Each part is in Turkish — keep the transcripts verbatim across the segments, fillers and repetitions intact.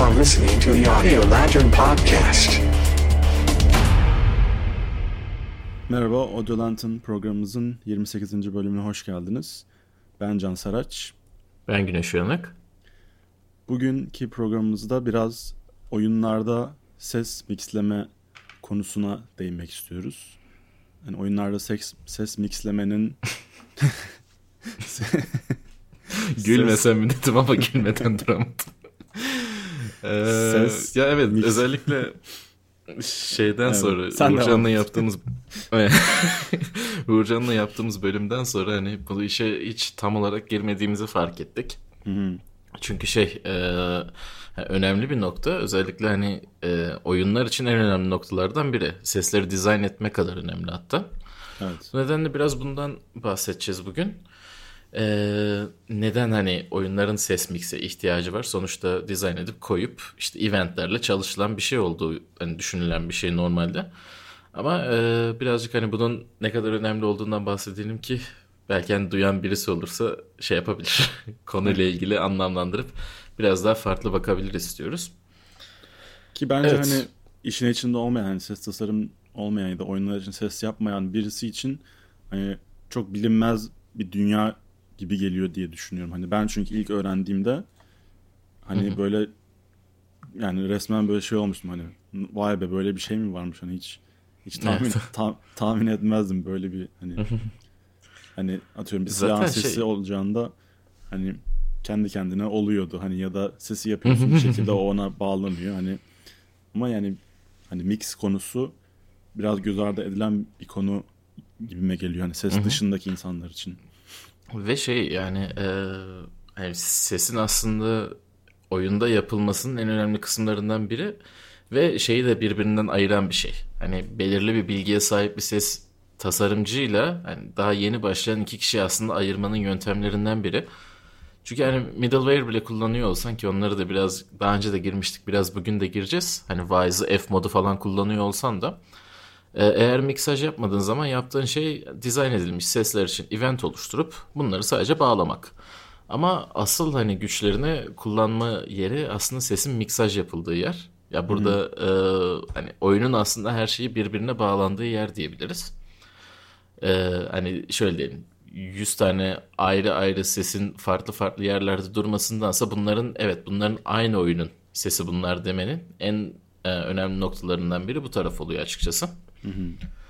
are listening to the Audio Lantern Podcast. Merhaba, Audio Lantern programımızın yirmi sekizinci bölümüne hoş geldiniz. Ben Can Saraç. Ben Güneş Uyanık. Bugünkü programımızda biraz oyunlarda ses mixleme konusuna değinmek istiyoruz. Yani oyunlarda ses, ses mixlemenin... Gülmesem mi dedim ama gülmeden duramadım. ee, Ses, ya evet mix. Özellikle şeyden evet, sonra Uğurcan'la yaptığımız Uğurcan'la yaptığımız bölümden sonra hani bu işe hiç tam olarak girmediğimizi fark ettik. Hı hı. Çünkü şey e, önemli bir nokta, özellikle hani e, oyunlar için en önemli noktalardan biri. Sesleri dizayn etme kadar önemli hatta. Evet. Bu nedenle biraz bundan bahsedeceğiz bugün. Ee, neden hani oyunların ses mix'e ihtiyacı var? Sonuçta dizayn edip koyup işte eventlerle çalışılan bir şey olduğu hani düşünülen bir şey normalde. Ama e, birazcık hani bunun ne kadar önemli olduğundan bahsedelim ki belki hani duyan birisi olursa şey yapabilir. Konuyla ilgili anlamlandırıp biraz daha farklı bakabilir istiyoruz. Ki bence evet. Hani işin içinde olmayan, hani ses tasarım olmayan ya da oyunlar için ses yapmayan birisi için hani çok bilinmez bir dünya gibi geliyor diye düşünüyorum. Hani ben çünkü ilk öğrendiğimde hani hı hı. böyle yani resmen böyle şey olmuştum, hani vay be böyle bir şey mi varmış, hani hiç hiç tahmin evet. ta, tahmin etmezdim böyle bir hani hani atıyorum bir silah sesi şey... olacağında hani kendi kendine oluyordu hani, ya da sesi yapıyorsun bir şekilde o ona bağlanıyor hani, ama yani hani mix konusu biraz göz ardı edilen bir konu gibime geliyor hani ses dışındaki insanlar için. Ve şey yani, e, yani sesin aslında oyunda yapılmasının en önemli kısımlarından biri ve şeyi de birbirinden ayıran bir şey. Hani belirli bir bilgiye sahip bir ses tasarımcıyla hani daha yeni başlayan iki kişi aslında ayırmanın yöntemlerinden biri. Çünkü hani middleware bile kullanıyor olsan, ki onları da biraz daha önce de girmiştik, biraz bugün de gireceğiz. Hani Wise'ı F modu falan kullanıyor olsan da eğer miksaj yapmadığın zaman yaptığın şey dizayn edilmiş sesler için event oluşturup bunları sadece bağlamak. Ama asıl hani güçlerini kullanma yeri aslında sesin miksaj yapıldığı yer. Ya burada e, hani oyunun aslında her şeyi birbirine bağlandığı yer diyebiliriz. E, hani şöyle diyelim, yüz tane ayrı ayrı sesin farklı farklı yerlerde durmasındansa bunların evet bunların aynı oyunun sesi bunlar demenin en e, önemli noktalarından biri bu taraf oluyor açıkçası. Hı hı.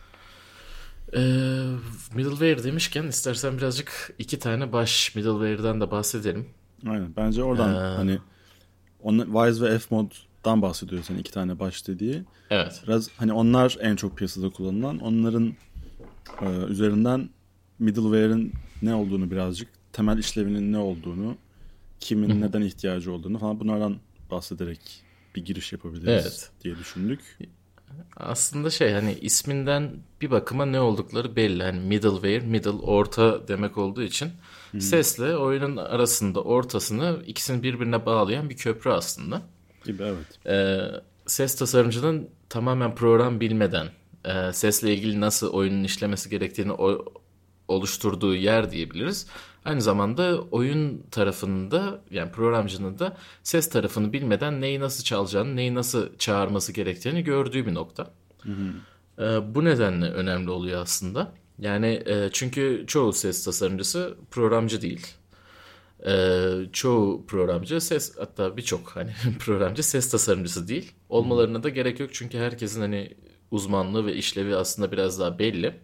Ee, middleware demişken istersen birazcık iki tane baş middleware'dan da bahsedelim. Aynen, bence oradan ee... hani on, Wise ve F-Mode'dan bahsediyoruz hani iki tane baş dediği. Evet. Biraz hani onlar en çok piyasada kullanılan, onların e, üzerinden middleware'in ne olduğunu, birazcık temel işlevinin ne olduğunu, kimin hı-hı. neden ihtiyacı olduğunu falan bunlardan bahsederek bir giriş yapabiliriz evet. diye düşündük. Aslında şey hani isminden bir bakıma ne oldukları belli. Hani middleware, middle orta demek olduğu için hmm. sesle oyunun arasında ortasını, ikisini birbirine bağlayan bir köprü aslında. Gibi evet. Ee, ses tasarımcının tamamen program bilmeden e, sesle ilgili nasıl oyunun işlemesi gerektiğini o, oluşturduğu yer diyebiliriz. Aynı zamanda oyun tarafında, yani programcının da ses tarafını bilmeden neyi nasıl çalacağını, neyi nasıl çağırması gerektiğini gördüğü bir nokta. Hı hı. Ee, bu nedenle önemli oluyor aslında. Yani e, çünkü çoğu ses tasarımcısı programcı değil. Ee, çoğu programcı ses, hatta birçok hani programcı ses tasarımcısı değil. Olmalarına da gerek yok çünkü herkesin hani uzmanlığı ve işlevi aslında biraz daha belli.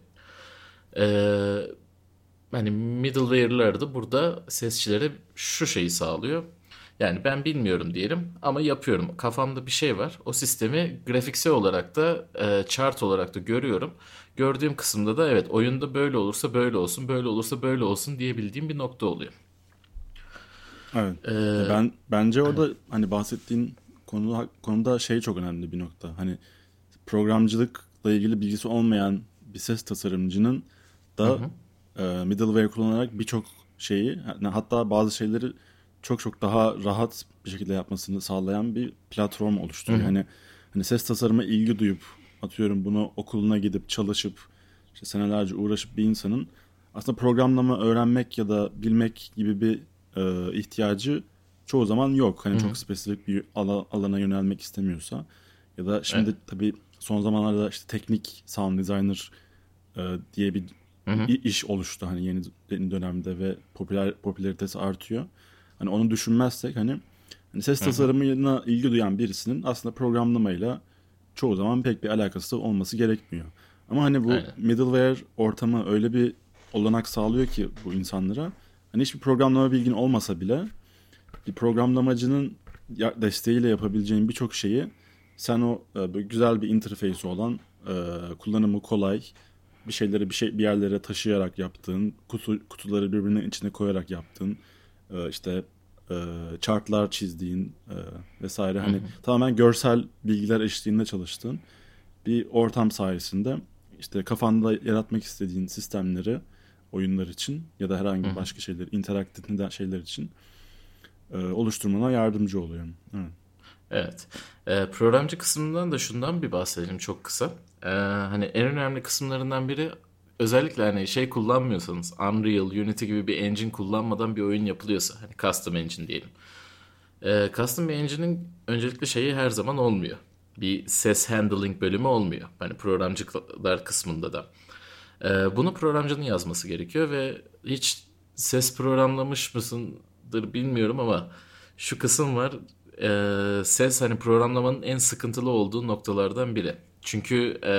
Ee, hani middleware'lar da burada sesçilere şu şeyi sağlıyor. Yani ben bilmiyorum diyelim ama yapıyorum. Kafamda bir şey var. O sistemi grafiksel olarak da e, chart olarak da görüyorum. Gördüğüm kısımda da evet oyunda böyle olursa böyle olsun, böyle olursa böyle olsun diyebildiğim bir nokta oluyor. Evet. Ee, ben bence orada evet. hani bahsettiğin konuda konuda şey çok önemli bir nokta. Hani programcılıkla ilgili bilgisi olmayan bir ses tasarımcının da hı hı. E, middleware kullanarak birçok şeyi, yani hatta bazı şeyleri çok çok daha rahat bir şekilde yapmasını sağlayan bir platform oluşturuyor. Hı hı. Hani hani ses tasarıma ilgi duyup, atıyorum bunu okuluna gidip çalışıp işte senelerce uğraşıp bir insanın aslında programlama öğrenmek ya da bilmek gibi bir e, ihtiyacı çoğu zaman yok. Hani Hı-hı. çok spesifik bir al- alana yönelmek istemiyorsa. Ya da şimdi evet. tabii son zamanlarda işte teknik sound designer e, diye bir Hı-hı. iş oluştu hani yeni, yeni dönemde ve popüler popülaritesi artıyor. Hani onu düşünmezsek hani, hani ses Hı-hı. tasarımına ilgi duyan birisinin aslında programlamayla çoğu zaman pek bir alakası olması gerekmiyor. Ama hani bu Aynen. middleware ortamı öyle bir olanak sağlıyor ki bu insanlara. Hani hiçbir programlama bilgin olmasa bile bir programlamacının desteğiyle yapabileceğin birçok şeyi sen o böyle güzel bir interface'i olan, kullanımı kolay, bir şeyleri bir şey bir yerlere taşıyarak yaptığın, kutu kutuları birbirinin içine koyarak yaptığın, işte chartlar çizdiğin vesaire hani Hı-hı. tamamen görsel bilgiler eşliğinde çalıştığın bir ortam sayesinde işte kafanda yaratmak istediğin sistemleri oyunlar için ya da herhangi Hı-hı. başka şeyler, interaktif şeyler için oluşturmana yardımcı oluyor. Evet. Evet. E, programcı kısmından da şundan bir bahsedelim çok kısa. E, hani en önemli kısımlarından biri özellikle hani şey kullanmıyorsanız Unreal, Unity gibi bir engine kullanmadan bir oyun yapılıyorsa hani custom engine diyelim. E, custom bir engine'in öncelikle şeyi her zaman olmuyor. Bir ses handling bölümü olmuyor. Hani programcılar kısmında da. E, bunu programcının yazması gerekiyor ve hiç ses programlamış mısındır bilmiyorum ama şu kısım var. Ee, ses hani programlamanın en sıkıntılı olduğu noktalardan biri. Çünkü e,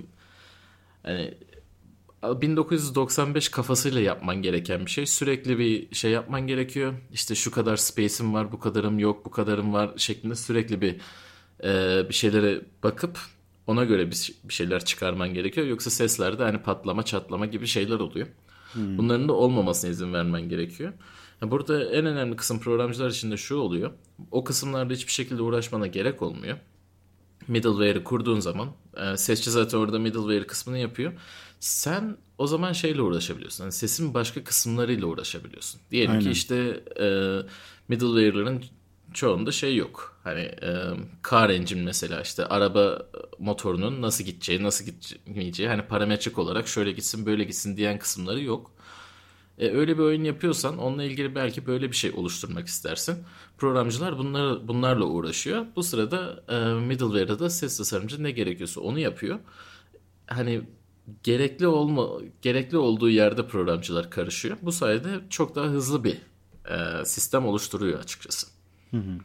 hani bin dokuz yüz doksan beş kafasıyla yapman gereken bir şey. Sürekli bir şey yapman gerekiyor. İşte şu kadar space'im var, bu kadarım yok, bu kadarım var şeklinde sürekli bir e, bir şeylere bakıp ona göre bir, bir şeyler çıkarman gerekiyor. Yoksa seslerde hani patlama, çatlama gibi şeyler oluyor. Hmm. Bunların da olmamasına izin vermen gerekiyor. Burada en önemli kısım programcılar için de şu oluyor. O kısımlarda hiçbir şekilde uğraşmana gerek olmuyor. Middleware'ı kurduğun zaman sesçi zaten orada middleware kısmını yapıyor. Sen o zaman şeyle uğraşabiliyorsun. Yani sesin başka kısımlarıyla uğraşabiliyorsun. Diyelim Aynen. ki işte e, middleware'ların çoğunda şey yok. Hani e, car engine mesela işte araba motorunun nasıl gideceği, nasıl gitmeyeceği hani parametrik olarak şöyle gitsin böyle gitsin diyen kısımları yok. E, öyle bir oyun yapıyorsan onunla ilgili belki böyle bir şey oluşturmak istersin. Programcılar bunlar, bunlarla uğraşıyor. Bu sırada e, middleware'da da ses tasarımcı ne gerekiyorsa onu yapıyor. Hani gerekli olma gerekli olduğu yerde programcılar karışıyor. Bu sayede çok daha hızlı bir e, sistem oluşturuyor açıkçası. Hı hı.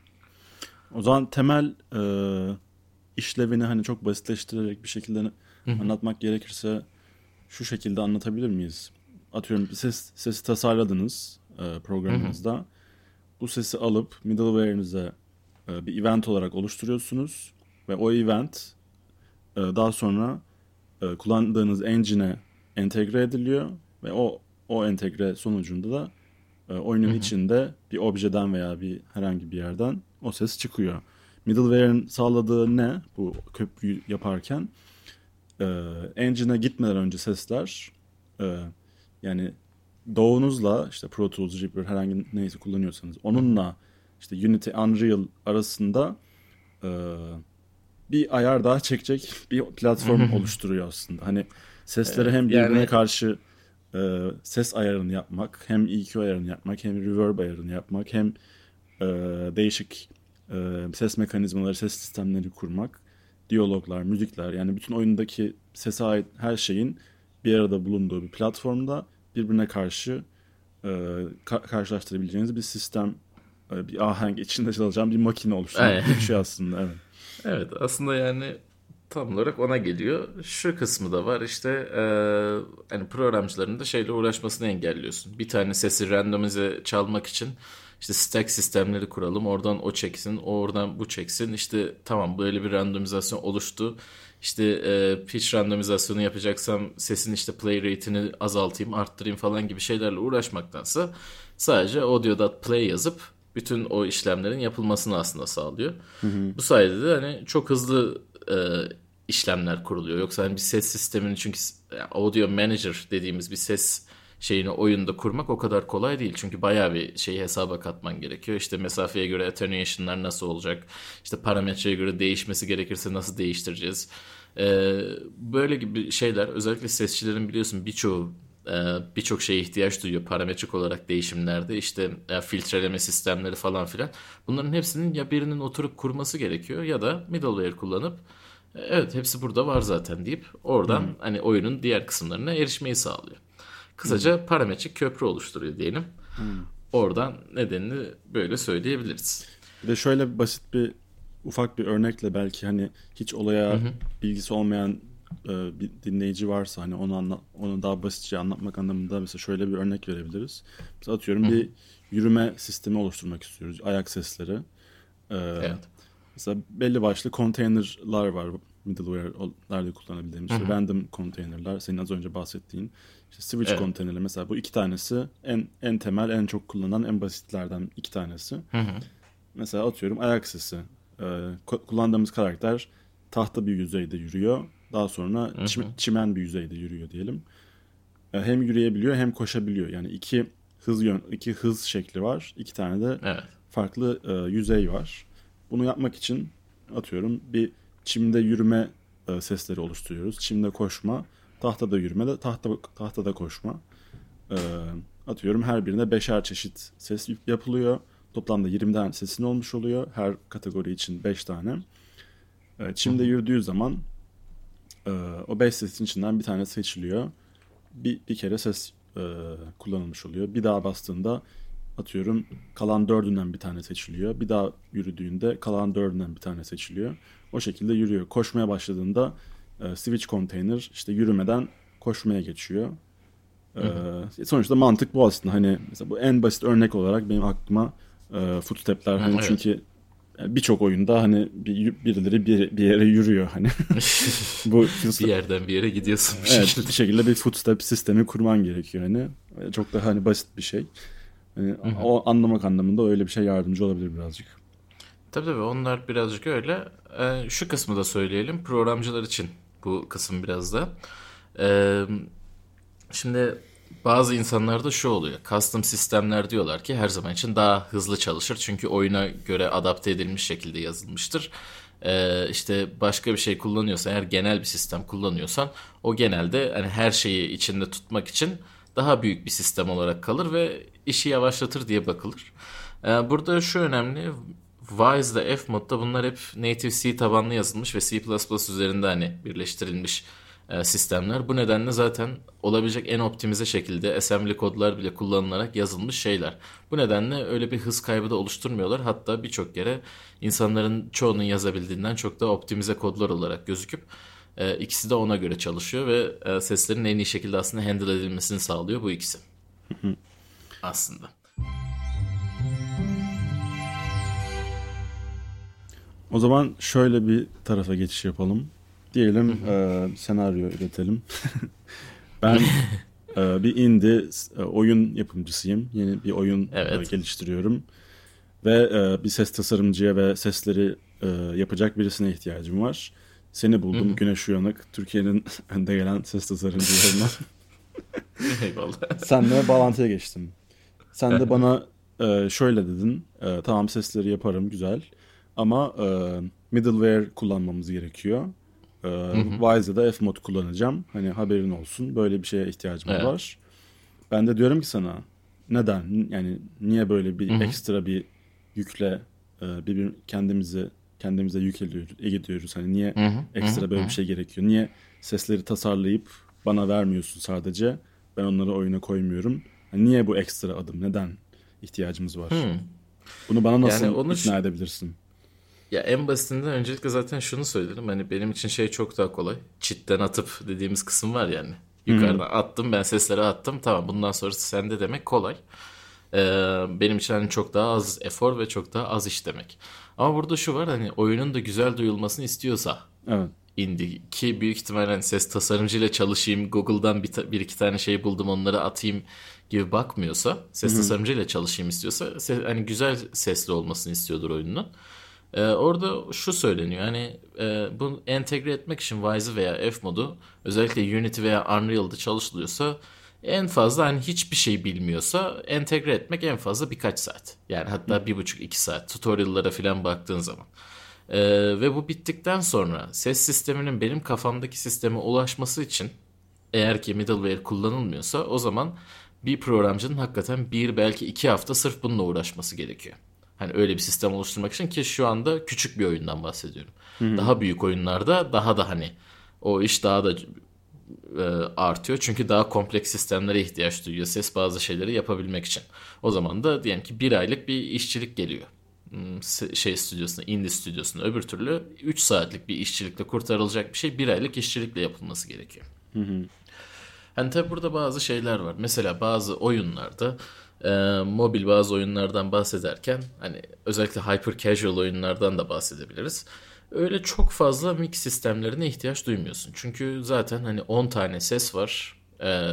O zaman temel e, işlevini hani çok basitleştirerek bir şekilde hı hı. anlatmak gerekirse şu şekilde anlatabilir miyiz? Atıyorum ses sesi tasarladınız e, programınızda. Hı hı. Bu sesi alıp middleware'inize e, bir event olarak oluşturuyorsunuz ve o event e, daha sonra e, kullandığınız engine'e entegre ediliyor ve o o entegre sonucunda da e, oyunun hı hı. içinde bir objeden veya bir herhangi bir yerden o ses çıkıyor. Middleware'in sağladığı ne bu köprüyü yaparken? E, engine'e gitmeden önce sesler e, yani doğunuzla işte Pro Tools, Reaper herhangi neyse kullanıyorsanız onunla işte Unity, Unreal arasında e, bir ayar daha çekecek bir platform oluşturuyor aslında. Hani sesleri evet, hem birbirine yani... karşı e, ses ayarını yapmak, hem E Q ayarını yapmak, hem reverb ayarını yapmak, hem e, değişik e, ses mekanizmaları, ses sistemleri kurmak, diyaloglar, müzikler yani bütün oyundaki sese ait her şeyin bir arada bulunduğu bir platformda birbirine karşı e, ka- karşılaştırabileceğiniz bir sistem, e, bir ahenk içinde çalışan bir makine oluşturmak gibi bir şey aslında. Evet. Evet aslında yani tam olarak ona geliyor. Şu kısmı da var işte e, hani programcıların da şeyle uğraşmasını engelliyorsun. Bir tane sesi randomize çalmak için işte stack sistemleri kuralım. Oradan o çeksin, oradan bu çeksin. İşte tamam böyle bir randomizasyon oluştu. İşte e, pitch randomizasyonu yapacaksam sesin işte play rate'ini azaltayım, arttırayım falan gibi şeylerle uğraşmaktansa sadece audio.play yazıp bütün o işlemlerin yapılmasını aslında sağlıyor. Hı hı. Bu sayede de hani çok hızlı e, işlemler kuruluyor. Yoksa hani bir ses sistemini çünkü audio manager dediğimiz bir ses şeyini oyunda kurmak o kadar kolay değil. Çünkü bayağı bir şeyi hesaba katman gerekiyor. İşte mesafeye göre attenuation'lar nasıl olacak? İşte parametreye göre değişmesi gerekirse nasıl değiştireceğiz? Ee, böyle gibi şeyler özellikle sesçilerin biliyorsun birçoğu birçok şeye ihtiyaç duyuyor parametrik olarak değişimlerde. İşte e, filtreleme sistemleri falan filan. Bunların hepsinin ya birinin oturup kurması gerekiyor ya da middleware kullanıp e, evet hepsi burada var zaten deyip oradan hmm. hani oyunun diğer kısımlarına erişmeyi sağlıyor. Kısaca hmm. parametrik köprü oluşturuyor diyelim. Hmm. Oradan nedenini böyle söyleyebiliriz. Bir de şöyle basit bir ufak bir örnekle belki hani hiç olaya hı hı. bilgisi olmayan e, bir dinleyici varsa hani onu anla, onu daha basitçe anlatmak anlamında mesela şöyle bir örnek verebiliriz. Mesela atıyorum hı hı. bir yürüme sistemi oluşturmak istiyoruz. Ayak sesleri. Ee, evet. Mesela belli başlı konteynerlar var middleware'lerde kullanabildiğimiz. İşte random konteynerlar, senin az önce bahsettiğin. İşte switch evet. konteynerler mesela bu iki tanesi en en temel, en çok kullanılan, en basitlerden iki tanesi. Hı hı. Mesela atıyorum ayak sesi. Ee, kullandığımız karakter tahta bir yüzeyde yürüyor. Daha sonra hı hı. Çim, çimen bir yüzeyde yürüyor diyelim. Ee, hem yürüyebiliyor hem koşabiliyor. Yani iki hız yön, iki hız şekli var. İki tane de evet. farklı e, yüzey var. Bunu yapmak için atıyorum bir çimde yürüme e, sesleri oluşturuyoruz. Çimde koşma, tahtada yürüme de tahta tahtada koşma. E, atıyorum her birine beşer çeşit ses yapılıyor. Toplamda yirmi tane sesin olmuş oluyor. Her kategori için beş tane. E, çimde yürüdüğü zaman e, o beş sesin içinden bir tane seçiliyor. Bir, bir kere ses e, kullanılmış oluyor. Bir daha bastığında atıyorum kalan dördünden bir tane seçiliyor. Bir daha yürüdüğünde kalan dördünden bir tane seçiliyor. O şekilde yürüyor. Koşmaya başladığında e, switch container işte yürümeden koşmaya geçiyor. E, sonuçta mantık bu aslında. Hani mesela bu en basit örnek olarak benim aklıma e, footstep'ler. Hani evet. Çünkü birçok oyunda hani bir, birileri bir, bir yere yürüyor hani. Bu bir yerden bir yere gidiyorsun bir evet, şekilde. Bir şekilde bir footstep sistemi kurman gerekiyor hani. Çok da hani basit bir şey. Yani o anlamak anlamında öyle bir şey yardımcı olabilir birazcık. Tabii tabii onlar birazcık öyle. Ee, şu kısmı da söyleyelim. Programcılar için bu kısım biraz da. Ee, şimdi bazı insanlarda şu oluyor. Custom sistemler diyorlar ki her zaman için daha hızlı çalışır. Çünkü oyuna göre adapte edilmiş şekilde yazılmıştır. Ee, işte başka bir şey kullanıyorsan, eğer genel bir sistem kullanıyorsan o genelde hani her şeyi içinde tutmak için daha büyük bir sistem olarak kalır ve işi yavaşlatır diye bakılır. Ee, burada şu önemli. Wise'da, Fmod'da bunlar hep native C tabanlı yazılmış ve C plus plus üzerinde hani birleştirilmiş e, sistemler. Bu nedenle zaten olabilecek en optimize şekilde assembly kodlar bile kullanılarak yazılmış şeyler. Bu nedenle öyle bir hız kaybı da oluşturmuyorlar. Hatta birçok kere insanların çoğunun yazabildiğinden çok daha optimize kodlar olarak gözüküp e, ikisi de ona göre çalışıyor ve e, seslerin en iyi şekilde aslında handle edilmesini sağlıyor bu ikisi. Aslında. O zaman şöyle bir tarafa geçiş yapalım. Diyelim e, senaryo üretelim. Ben e, bir indie e, oyun yapımcısıyım. Yeni bir oyun evet. e, geliştiriyorum. Ve e, bir ses tasarımcıya ve sesleri e, yapacak birisine ihtiyacım var. Seni buldum. Güneş Uyanık. Türkiye'nin önde gelen ses tasarımcılarından. Eyvallah. Senle bağlantıya geçtim. Sen de bana e, şöyle dedin. E, tamam sesleri yaparım güzel. Ama e, middleware kullanmamız gerekiyor. E, Wise'da da Fmod kullanacağım. Hani haberin olsun. Böyle bir şeye ihtiyacım evet. var. Ben de diyorum ki sana neden? Yani niye böyle bir hı hı. ekstra bir yükle e, bir kendimizi kendimize yük ediyoruz, ediyoruz. Hani niye hı hı. ekstra hı böyle hı. bir şey gerekiyor? Niye sesleri tasarlayıp bana vermiyorsun sadece? Ben onları oyuna koymuyorum. Yani niye bu ekstra adım? Neden ihtiyacımız var? Hı. Bunu bana nasıl yani onu ikna edebilirsin? Ya en basitinden öncelikle zaten şunu söylerim. Hani benim için şey çok daha kolay. Cheat'ten atıp dediğimiz kısım var yani. Yukarıdan Hı-hı. attım, ben sesleri attım. Tamam, bundan sonrası sende demek kolay. Ee, benim için hani çok daha az efor ve çok daha az iş demek. Ama burada şu var, hani oyunun da güzel duyulmasını istiyorsa. Evet. Indie ki büyük ihtimalle hani ses tasarımcıyla çalışayım, Google'dan bir, ta- bir iki tane şey buldum onları atayım gibi bakmıyorsa, ses Hı-hı. tasarımcıyla çalışayım istiyorsa, ses, hani güzel sesli olmasını istiyordur oyunun. Ee, orada şu söyleniyor, hani e, bunu entegre etmek için Wise'ı veya Fmod'u özellikle Unity veya Unreal'da çalışılıyorsa en fazla hani hiçbir şey bilmiyorsa entegre etmek en fazla birkaç saat. Yani hatta bir buçuk iki saat tutorial'lara falan baktığın zaman. Ee, ve bu bittikten sonra ses sisteminin benim kafamdaki sisteme ulaşması için eğer ki middleware kullanılmıyorsa o zaman bir programcının hakikaten bir belki iki hafta sırf bununla uğraşması gerekiyor. Hani öyle bir sistem oluşturmak için, ki şu anda küçük bir oyundan bahsediyorum. Hı-hı. Daha büyük oyunlarda daha da hani o iş daha da e, artıyor. Çünkü daha kompleks sistemlere ihtiyaç duyuyor ses bazı şeyleri yapabilmek için. O zaman da diyelim ki bir aylık bir işçilik geliyor. Şey stüdyosuna, indie stüdyosuna, öbür türlü üç saatlik bir işçilikle kurtarılacak bir şey bir aylık işçilikle yapılması gerekiyor. Hı hı. Hani tabi burada bazı şeyler var. Mesela bazı oyunlarda e, mobil bazı oyunlardan bahsederken hani özellikle hyper casual oyunlardan da bahsedebiliriz. Öyle çok fazla mix sistemlerine ihtiyaç duymuyorsun. Çünkü zaten hani on tane ses var. E,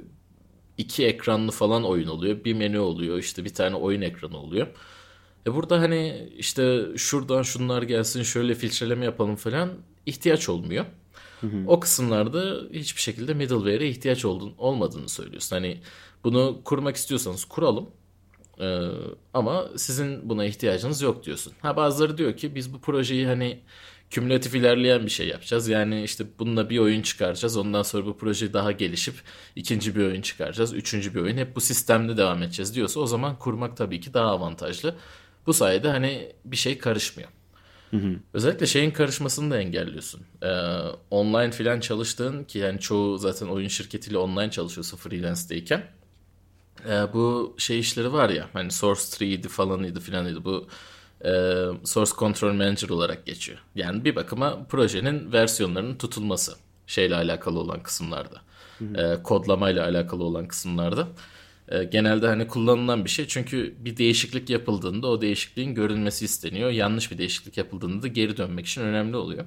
iki ekranlı falan oyun oluyor. Bir menü oluyor. İşte bir tane oyun ekranı oluyor. E burada hani işte şuradan şunlar gelsin, şöyle filtreleme yapalım falan ihtiyaç olmuyor. Hı hı. O kısımlarda hiçbir şekilde middleware'e ihtiyaç olduğunu, olmadığını söylüyorsun. Hani bunu kurmak istiyorsanız kuralım. Ee, ama sizin buna ihtiyacınız yok diyorsun. Ha bazıları diyor ki biz bu projeyi hani kümülatif ilerleyen bir şey yapacağız. Yani işte bununla bir oyun çıkaracağız. Ondan sonra bu proje daha gelişip ikinci bir oyun çıkaracağız. Üçüncü bir oyun. Hep bu sistemde devam edeceğiz diyorsa o zaman kurmak tabii ki daha avantajlı. Bu sayede hani bir şey karışmıyor. Hı hı. Özellikle şeyin karışmasını da engelliyorsun. Ee, online filan çalıştığın, ki yani çoğu zaten oyun şirketiyle online çalışıyorsa freelance'deyken. Ee, bu şey işleri var ya hani Source üç'ydi falanıydı filanıydı, bu e, Source Control Manager olarak geçiyor. Yani bir bakıma projenin versiyonlarının tutulması şeyle alakalı olan kısımlarda. Hı hı. E, kodlamayla alakalı olan kısımlarda. Genelde hani kullanılan bir şey, çünkü bir değişiklik yapıldığında o değişikliğin görülmesi isteniyor. Yanlış bir değişiklik yapıldığında da geri dönmek için önemli oluyor.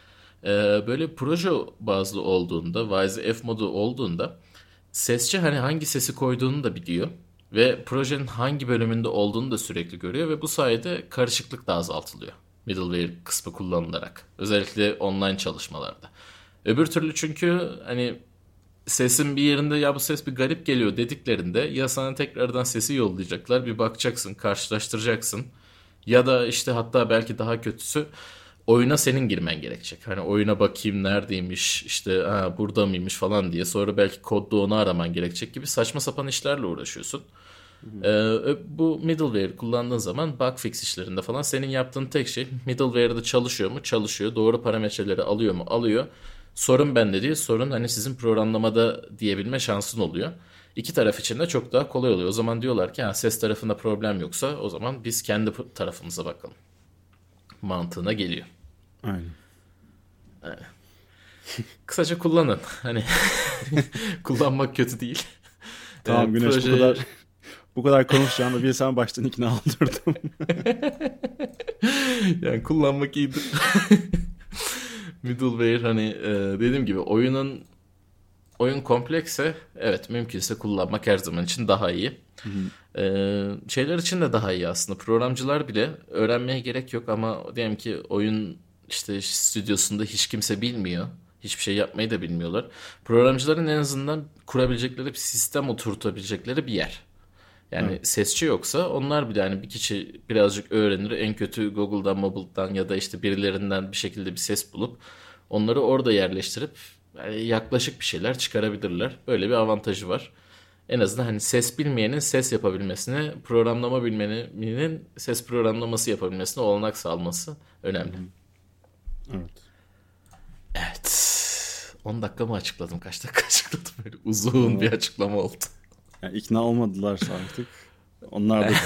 Böyle proje bazlı olduğunda, Wise F modu olduğunda sesçi hani hangi sesi koyduğunu da biliyor. Ve projenin hangi bölümünde olduğunu da sürekli görüyor ve bu sayede karışıklık da azaltılıyor middleware kısmı kullanılarak. Özellikle online çalışmalarda. Öbür türlü çünkü hani sesin bir yerinde ya bu ses bir garip geliyor dediklerinde ya sana tekrardan sesi yollayacaklar, bir bakacaksın, karşılaştıracaksın, ya da işte hatta belki daha kötüsü oyuna senin girmen gerekecek. Hani oyuna bakayım neredeymiş, işte ha, burada mıymış falan diye, sonra belki kodda onu araman gerekecek gibi saçma sapan işlerle uğraşıyorsun. Ee, bu middleware kullandığın zaman bug fix işlerinde falan senin yaptığın tek şey middleware'da çalışıyor mu? Çalışıyor. Doğru parametreleri alıyor mu? Alıyor. Sorun bende değil, sorun hani sizin programlamada diyebilme şansın oluyor. İki taraf için de çok daha kolay oluyor. O zaman diyorlar ki ha, ses tarafında problem yoksa o zaman biz kendi tarafımıza bakalım mantığına geliyor. Aynen. Aynen. Kısaca kullanın. Hani kullanmak kötü değil. Tamam Güneş, proje... bu kadar bu kadar konuşacağımı bir sen baştan ikna oldurdum. Yani kullanmak iyidir. Middleware hani e, dediğim gibi oyunun oyun komplekse evet mümkünse kullanmak her zaman için daha iyi. Hı hı. E, şeyler için de daha iyi aslında. Programcılar bile öğrenmeye gerek yok ama diyelim ki oyun işte stüdyosunda hiç kimse bilmiyor. Hiçbir şey yapmayı da bilmiyorlar. Programcıların en azından kurabilecekleri bir sistem oturtabilecekleri bir yer. Yani evet. Sesçi yoksa onlar bile hani bir kişi birazcık öğrenir. En kötü Google'dan, Mobile'dan ya da işte birilerinden bir şekilde bir ses bulup onları orada yerleştirip yani yaklaşık bir şeyler çıkarabilirler. Böyle bir avantajı var. En azından hani ses bilmeyenin ses yapabilmesine, programlama bilmeyenin ses programlaması yapabilmesine olanak sağlaması önemli. Evet. Evet. on dakika mı açıkladım? Kaç dakika açıkladım? Böyle uzun evet. bir açıklama oldu. Yani ikna olmadılarsa artık onlar da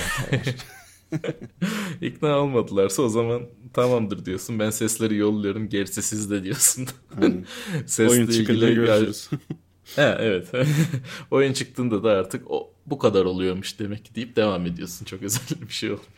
İkna olmadılarsa o zaman tamamdır diyorsun. Ben sesleri yolluyorum, gerisi sizde diyorsun. Sesle oyun çıkınca görüşürüz. Ha, evet. Oyun çıktığında da artık o bu kadar oluyormuş demek ki deyip devam ediyorsun. Çok özel bir şey olmuyor.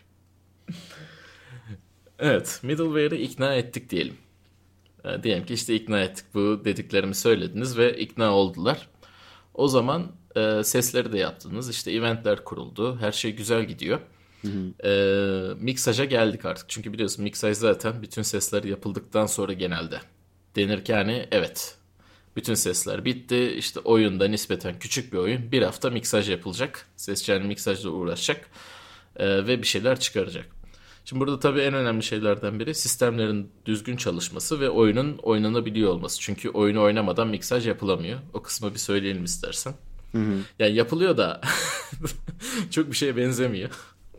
Evet, middleware'ı ikna ettik diyelim. Yani diyelim ki işte ikna ettik, bu dediklerimi söylediniz ve ikna oldular. O zaman e, sesleri de yaptınız, işte eventler kuruldu, her şey güzel gidiyor. Hı hı. E, miksaja geldik artık. Çünkü biliyorsun miksaj zaten bütün sesler yapıldıktan sonra genelde denir ki hani evet bütün sesler bitti. İşte oyunda nispeten küçük bir oyun. Bir hafta miksaj yapılacak. Sesçi yani miksajla uğraşacak e, ve bir şeyler çıkaracak. Şimdi burada tabii en önemli şeylerden biri sistemlerin düzgün çalışması ve oyunun oynanabiliyor olması. Çünkü oyunu oynamadan miksaj yapılamıyor. O kısmı bir söyleyelim istersen. Hı hı. Yani yapılıyor da çok bir şeye benzemiyor.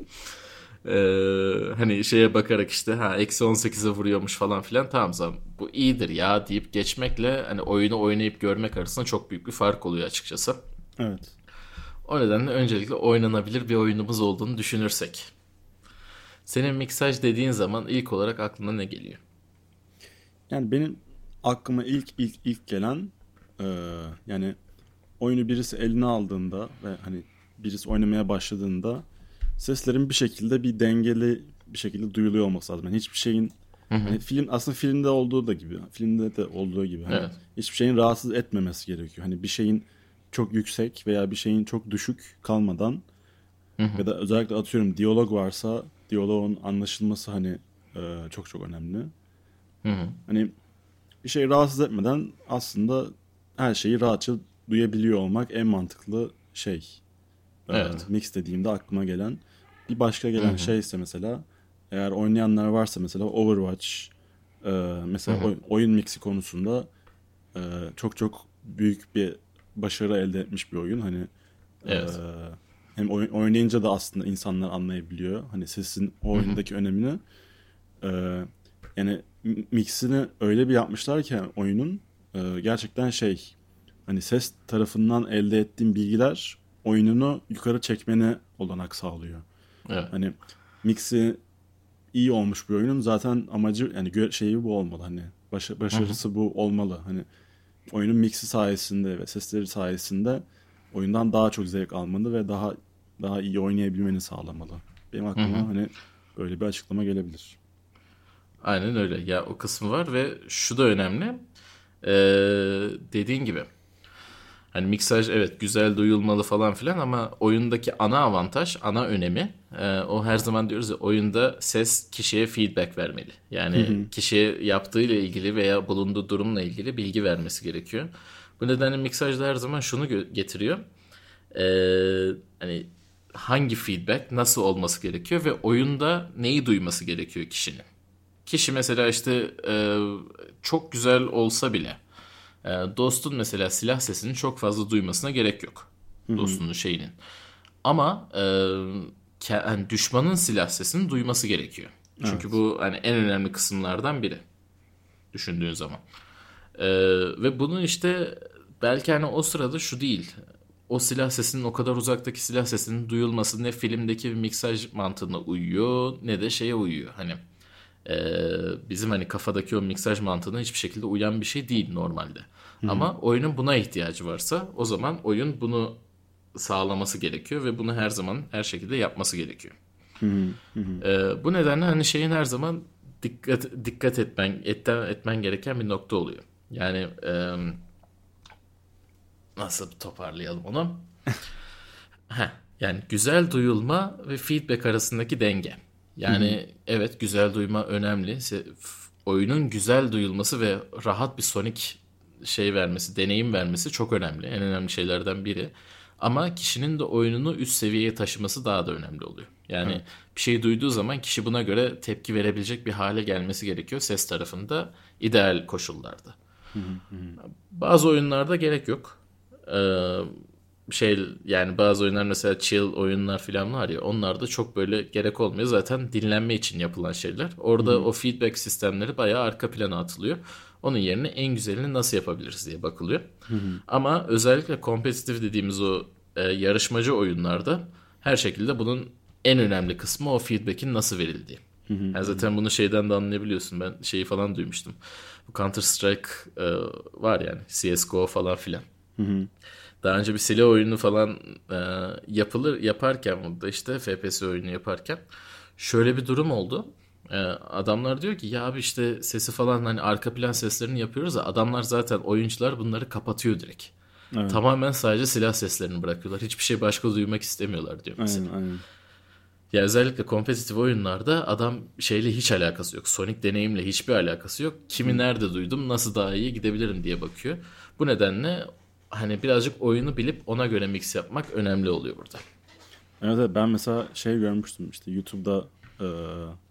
Ee, hani şeye bakarak işte ha eksi on sekize vuruyormuş falan filan, tamam zaman bu iyidir ya deyip geçmekle hani oyunu oynayıp görmek arasında çok büyük bir fark oluyor açıkçası. Evet. O nedenle öncelikle oynanabilir bir oyunumuz olduğunu düşünürsek. Senin miksaj dediğin zaman ilk olarak aklına ne geliyor? Yani benim aklıma ilk ilk ilk gelen e, yani oyunu birisi eline aldığında ve hani birisi oynamaya başladığında seslerin bir şekilde bir dengeli bir şekilde duyuluyor olması lazım. Yani hiçbir şeyin hani film aslında filmde olduğu da gibi, filmde de olduğu gibi hani Evet. hiçbir şeyin rahatsız etmemesi gerekiyor. Hani bir şeyin çok yüksek veya bir şeyin çok düşük kalmadan hı hı. ya da özellikle atıyorum diyalog varsa diyaloğun anlaşılması hani e, çok çok önemli. Hı hı. Hani bir şey rahatsız etmeden aslında her şeyi rahatça duyabiliyor olmak en mantıklı şey. Evet. E, mix dediğimde aklıma gelen. Bir başka gelen hı hı. şey ise mesela eğer oynayanlar varsa mesela Overwatch e, mesela hı hı. oyun mixi konusunda e, çok çok büyük bir başarı elde etmiş bir oyun. Hani evet. e, hem oyn- oynayınca da aslında insanlar anlayabiliyor. Hani sesin o oyundaki hı hı. önemini. E, yani mixini öyle bir yapmışlar ki oyunun e, gerçekten şey hani ses tarafından elde ettiğin bilgiler oyununu yukarı çekmene olanak sağlıyor. Evet. Hani mixi iyi olmuş bir oyunun zaten amacı yani gö- şeyi bu olmalı hani baş- başarısı hı hı. bu olmalı. Hani oyunun mixi sayesinde ve sesleri sayesinde oyundan daha çok zevk almalı ve daha daha iyi oynayabilmeni sağlamalı. Benim aklıma hı hı. hani böyle bir açıklama gelebilir. Aynen öyle. Ya o kısmı var ve şu da önemli. Ee, dediğin gibi. Hani miksaj evet güzel duyulmalı falan filan ama oyundaki ana avantaj, ana önemi e, o her zaman diyoruz ya oyunda ses kişiye feedback vermeli. Yani hı hı. kişiye yaptığıyla ilgili veya bulunduğu durumla ilgili bilgi vermesi gerekiyor. Bu nedenle miksajda her zaman şunu gö- getiriyor. Ee, hani hangi feedback nasıl olması gerekiyor ve oyunda neyi duyması gerekiyor kişinin. Kişi mesela işte e, çok güzel olsa bile e, dostun mesela silah sesini çok fazla duymasına gerek yok. Hı-hı. Dostunun şeyinin. Ama e, ke- yani düşmanın silah sesini duyması gerekiyor. Evet. Çünkü bu hani en önemli kısımlardan biri. Düşündüğün zaman. E, ve bunun işte belki hani o sırada şu değil. O silah sesinin o kadar uzaktaki silah sesinin duyulması ne filmdeki bir miksaj mantığına uyuyor ne de şeye uyuyor. Hani Ee, bizim hani kafadaki o miksaj mantığına hiçbir şekilde uyan bir şey değil normalde. Hı-hı. Ama oyunun buna ihtiyacı varsa o zaman oyun bunu sağlaması gerekiyor ve bunu her zaman her şekilde yapması gerekiyor. Ee, bu nedenle hani şeyin her zaman dikkat dikkat etmen etmen, etmen gereken bir nokta oluyor. Yani e, nasıl toparlayalım onu? Heh, yani güzel duyulma ve feedback arasındaki denge. Yani hı hı. evet güzel duyma önemli. Oyunun güzel duyulması ve rahat bir Sonic şey vermesi, deneyim vermesi çok önemli. En önemli şeylerden biri. Ama kişinin de oyununu üst seviyeye taşıması daha da önemli oluyor. Yani evet. bir şey duyduğu zaman kişi buna göre tepki verebilecek bir hale gelmesi gerekiyor ses tarafında ideal koşullarda. Hı hı. Bazı oyunlarda gerek yok. Ee, şey yani bazı oyunlar mesela chill oyunlar falan var ya onlarda çok böyle gerek olmuyor. Zaten dinlenme için yapılan şeyler. Orada hı hı. o feedback sistemleri bayağı arka plana atılıyor. Onun yerine en güzelini nasıl yapabiliriz diye bakılıyor. Hı hı. Ama özellikle kompetitif dediğimiz o e, yarışmacı oyunlarda her şekilde bunun en önemli kısmı o feedback'in nasıl verildiği. Hı hı. Yani zaten bunu şeyden de anlayabiliyorsun. Ben şeyi falan duymuştum. Bu Counter Strike e, var yani C S G O falan filan. Hı hı. Daha önce bir silah oyunu falan e, yapılır yaparken burada işte F P S oyunu yaparken şöyle bir durum oldu. E, adamlar diyor ki ya abi işte sesi falan hani arka plan seslerini yapıyoruz da adamlar zaten oyuncular bunları kapatıyor direkt. Evet. Tamamen sadece silah seslerini bırakıyorlar. Hiçbir şey başka duymak istemiyorlar diyor mesela. Aynen, aynen. Ya özellikle kompetitif oyunlarda adam şeyle hiç alakası yok. Sonic deneyimle hiçbir alakası yok. Kimi Hı. nerede duydum, nasıl daha iyi gidebilirim diye bakıyor. Bu nedenle hani birazcık oyunu bilip ona göre mix yapmak önemli oluyor burada. Evet ben mesela şey görmüştüm işte YouTube'da e,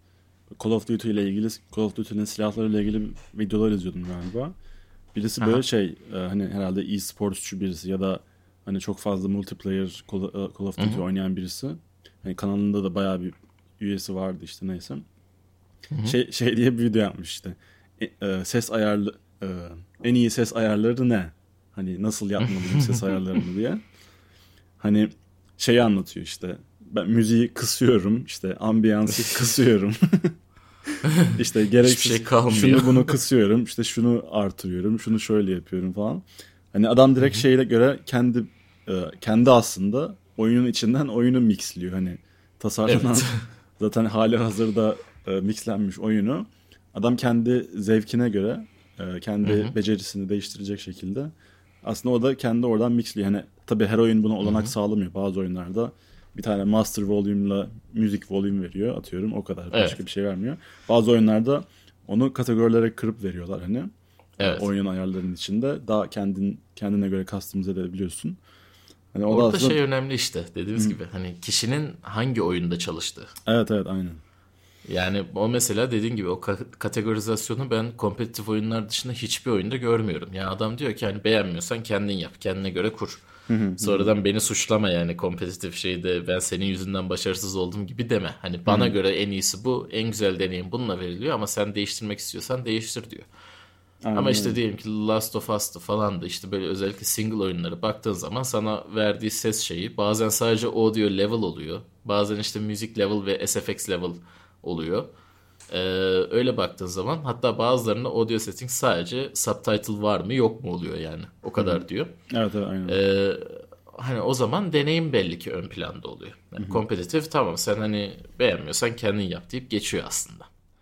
Call of Duty ile ilgili, Call of Duty'nin silahlarıyla ilgili videolar izliyordum galiba. Birisi böyle Aha. şey hani herhalde e-sportsçu birisi ya da hani çok fazla multiplayer Call, Call of Duty Hı-hı. oynayan birisi. Hani kanalında da bayağı bir üyesi vardı işte neyse. Hı-hı. Şey şey diye bir video yapmış işte. E, e, ses ayarlı e, en iyi ses ayarları ne? Hani nasıl yapmalıyım ses ayarlarını diye. Hani şeyi anlatıyor işte. Ben müziği kısıyorum, işte ambiyansı kısıyorum. İşte gereksiz şey şunu bunu kısıyorum, işte şunu artırıyorum, şunu şöyle yapıyorum falan. Hani adam direkt Hı-hı. şeyle göre kendi kendi aslında oyunun içinden oyunu mixliyor. Hani tasarlanan evet. zaten hali hazırda mixlenmiş oyunu adam kendi zevkine göre, kendi Hı-hı. becerisini değiştirecek şekilde aslında o da kendi oradan mixliyor. Hani tabii her oyun buna olanak Hı-hı. sağlamıyor. Bazı oyunlarda bir tane master volume'la müzik volume veriyor atıyorum, o kadar. Başka evet. bir şey vermiyor. Bazı oyunlarda onu kategorilere kırıp veriyorlar hani. Evet. Oyun ayarlarının içinde daha kendin kendine göre customize edebiliyorsun. Hani orada aslında... şey önemli işte dediğimiz Hı. gibi hani kişinin hangi oyunda çalıştığı. Evet evet aynen. Yani o mesela dediğin gibi o kategorizasyonu ben kompetitif oyunlar dışında hiçbir oyunda görmüyorum. Yani adam diyor ki hani beğenmiyorsan kendin yap, kendine göre kur. Sonradan beni suçlama yani kompetitif şeyde ben senin yüzünden başarısız oldum gibi deme. Hani bana Hı-hı. göre en iyisi bu, en güzel deneyim bununla veriliyor ama sen değiştirmek istiyorsan değiştir diyor. Aynen. Ama işte diyelim ki Last of Us'tı falan da işte böyle özellikle single oyunları baktığın zaman sana verdiği ses şeyi bazen sadece audio level oluyor. Bazen işte music level ve S F X level oluyor. Ee, öyle baktığın zaman hatta bazılarında audio setting sadece subtitle var mı yok mu oluyor yani. O kadar Hı. diyor. Evet evet aynen. Ee, hani o zaman deneyim belli ki ön planda oluyor. Yani kompetitif tamam sen hani beğenmiyorsan kendin yap deyip geçiyor aslında.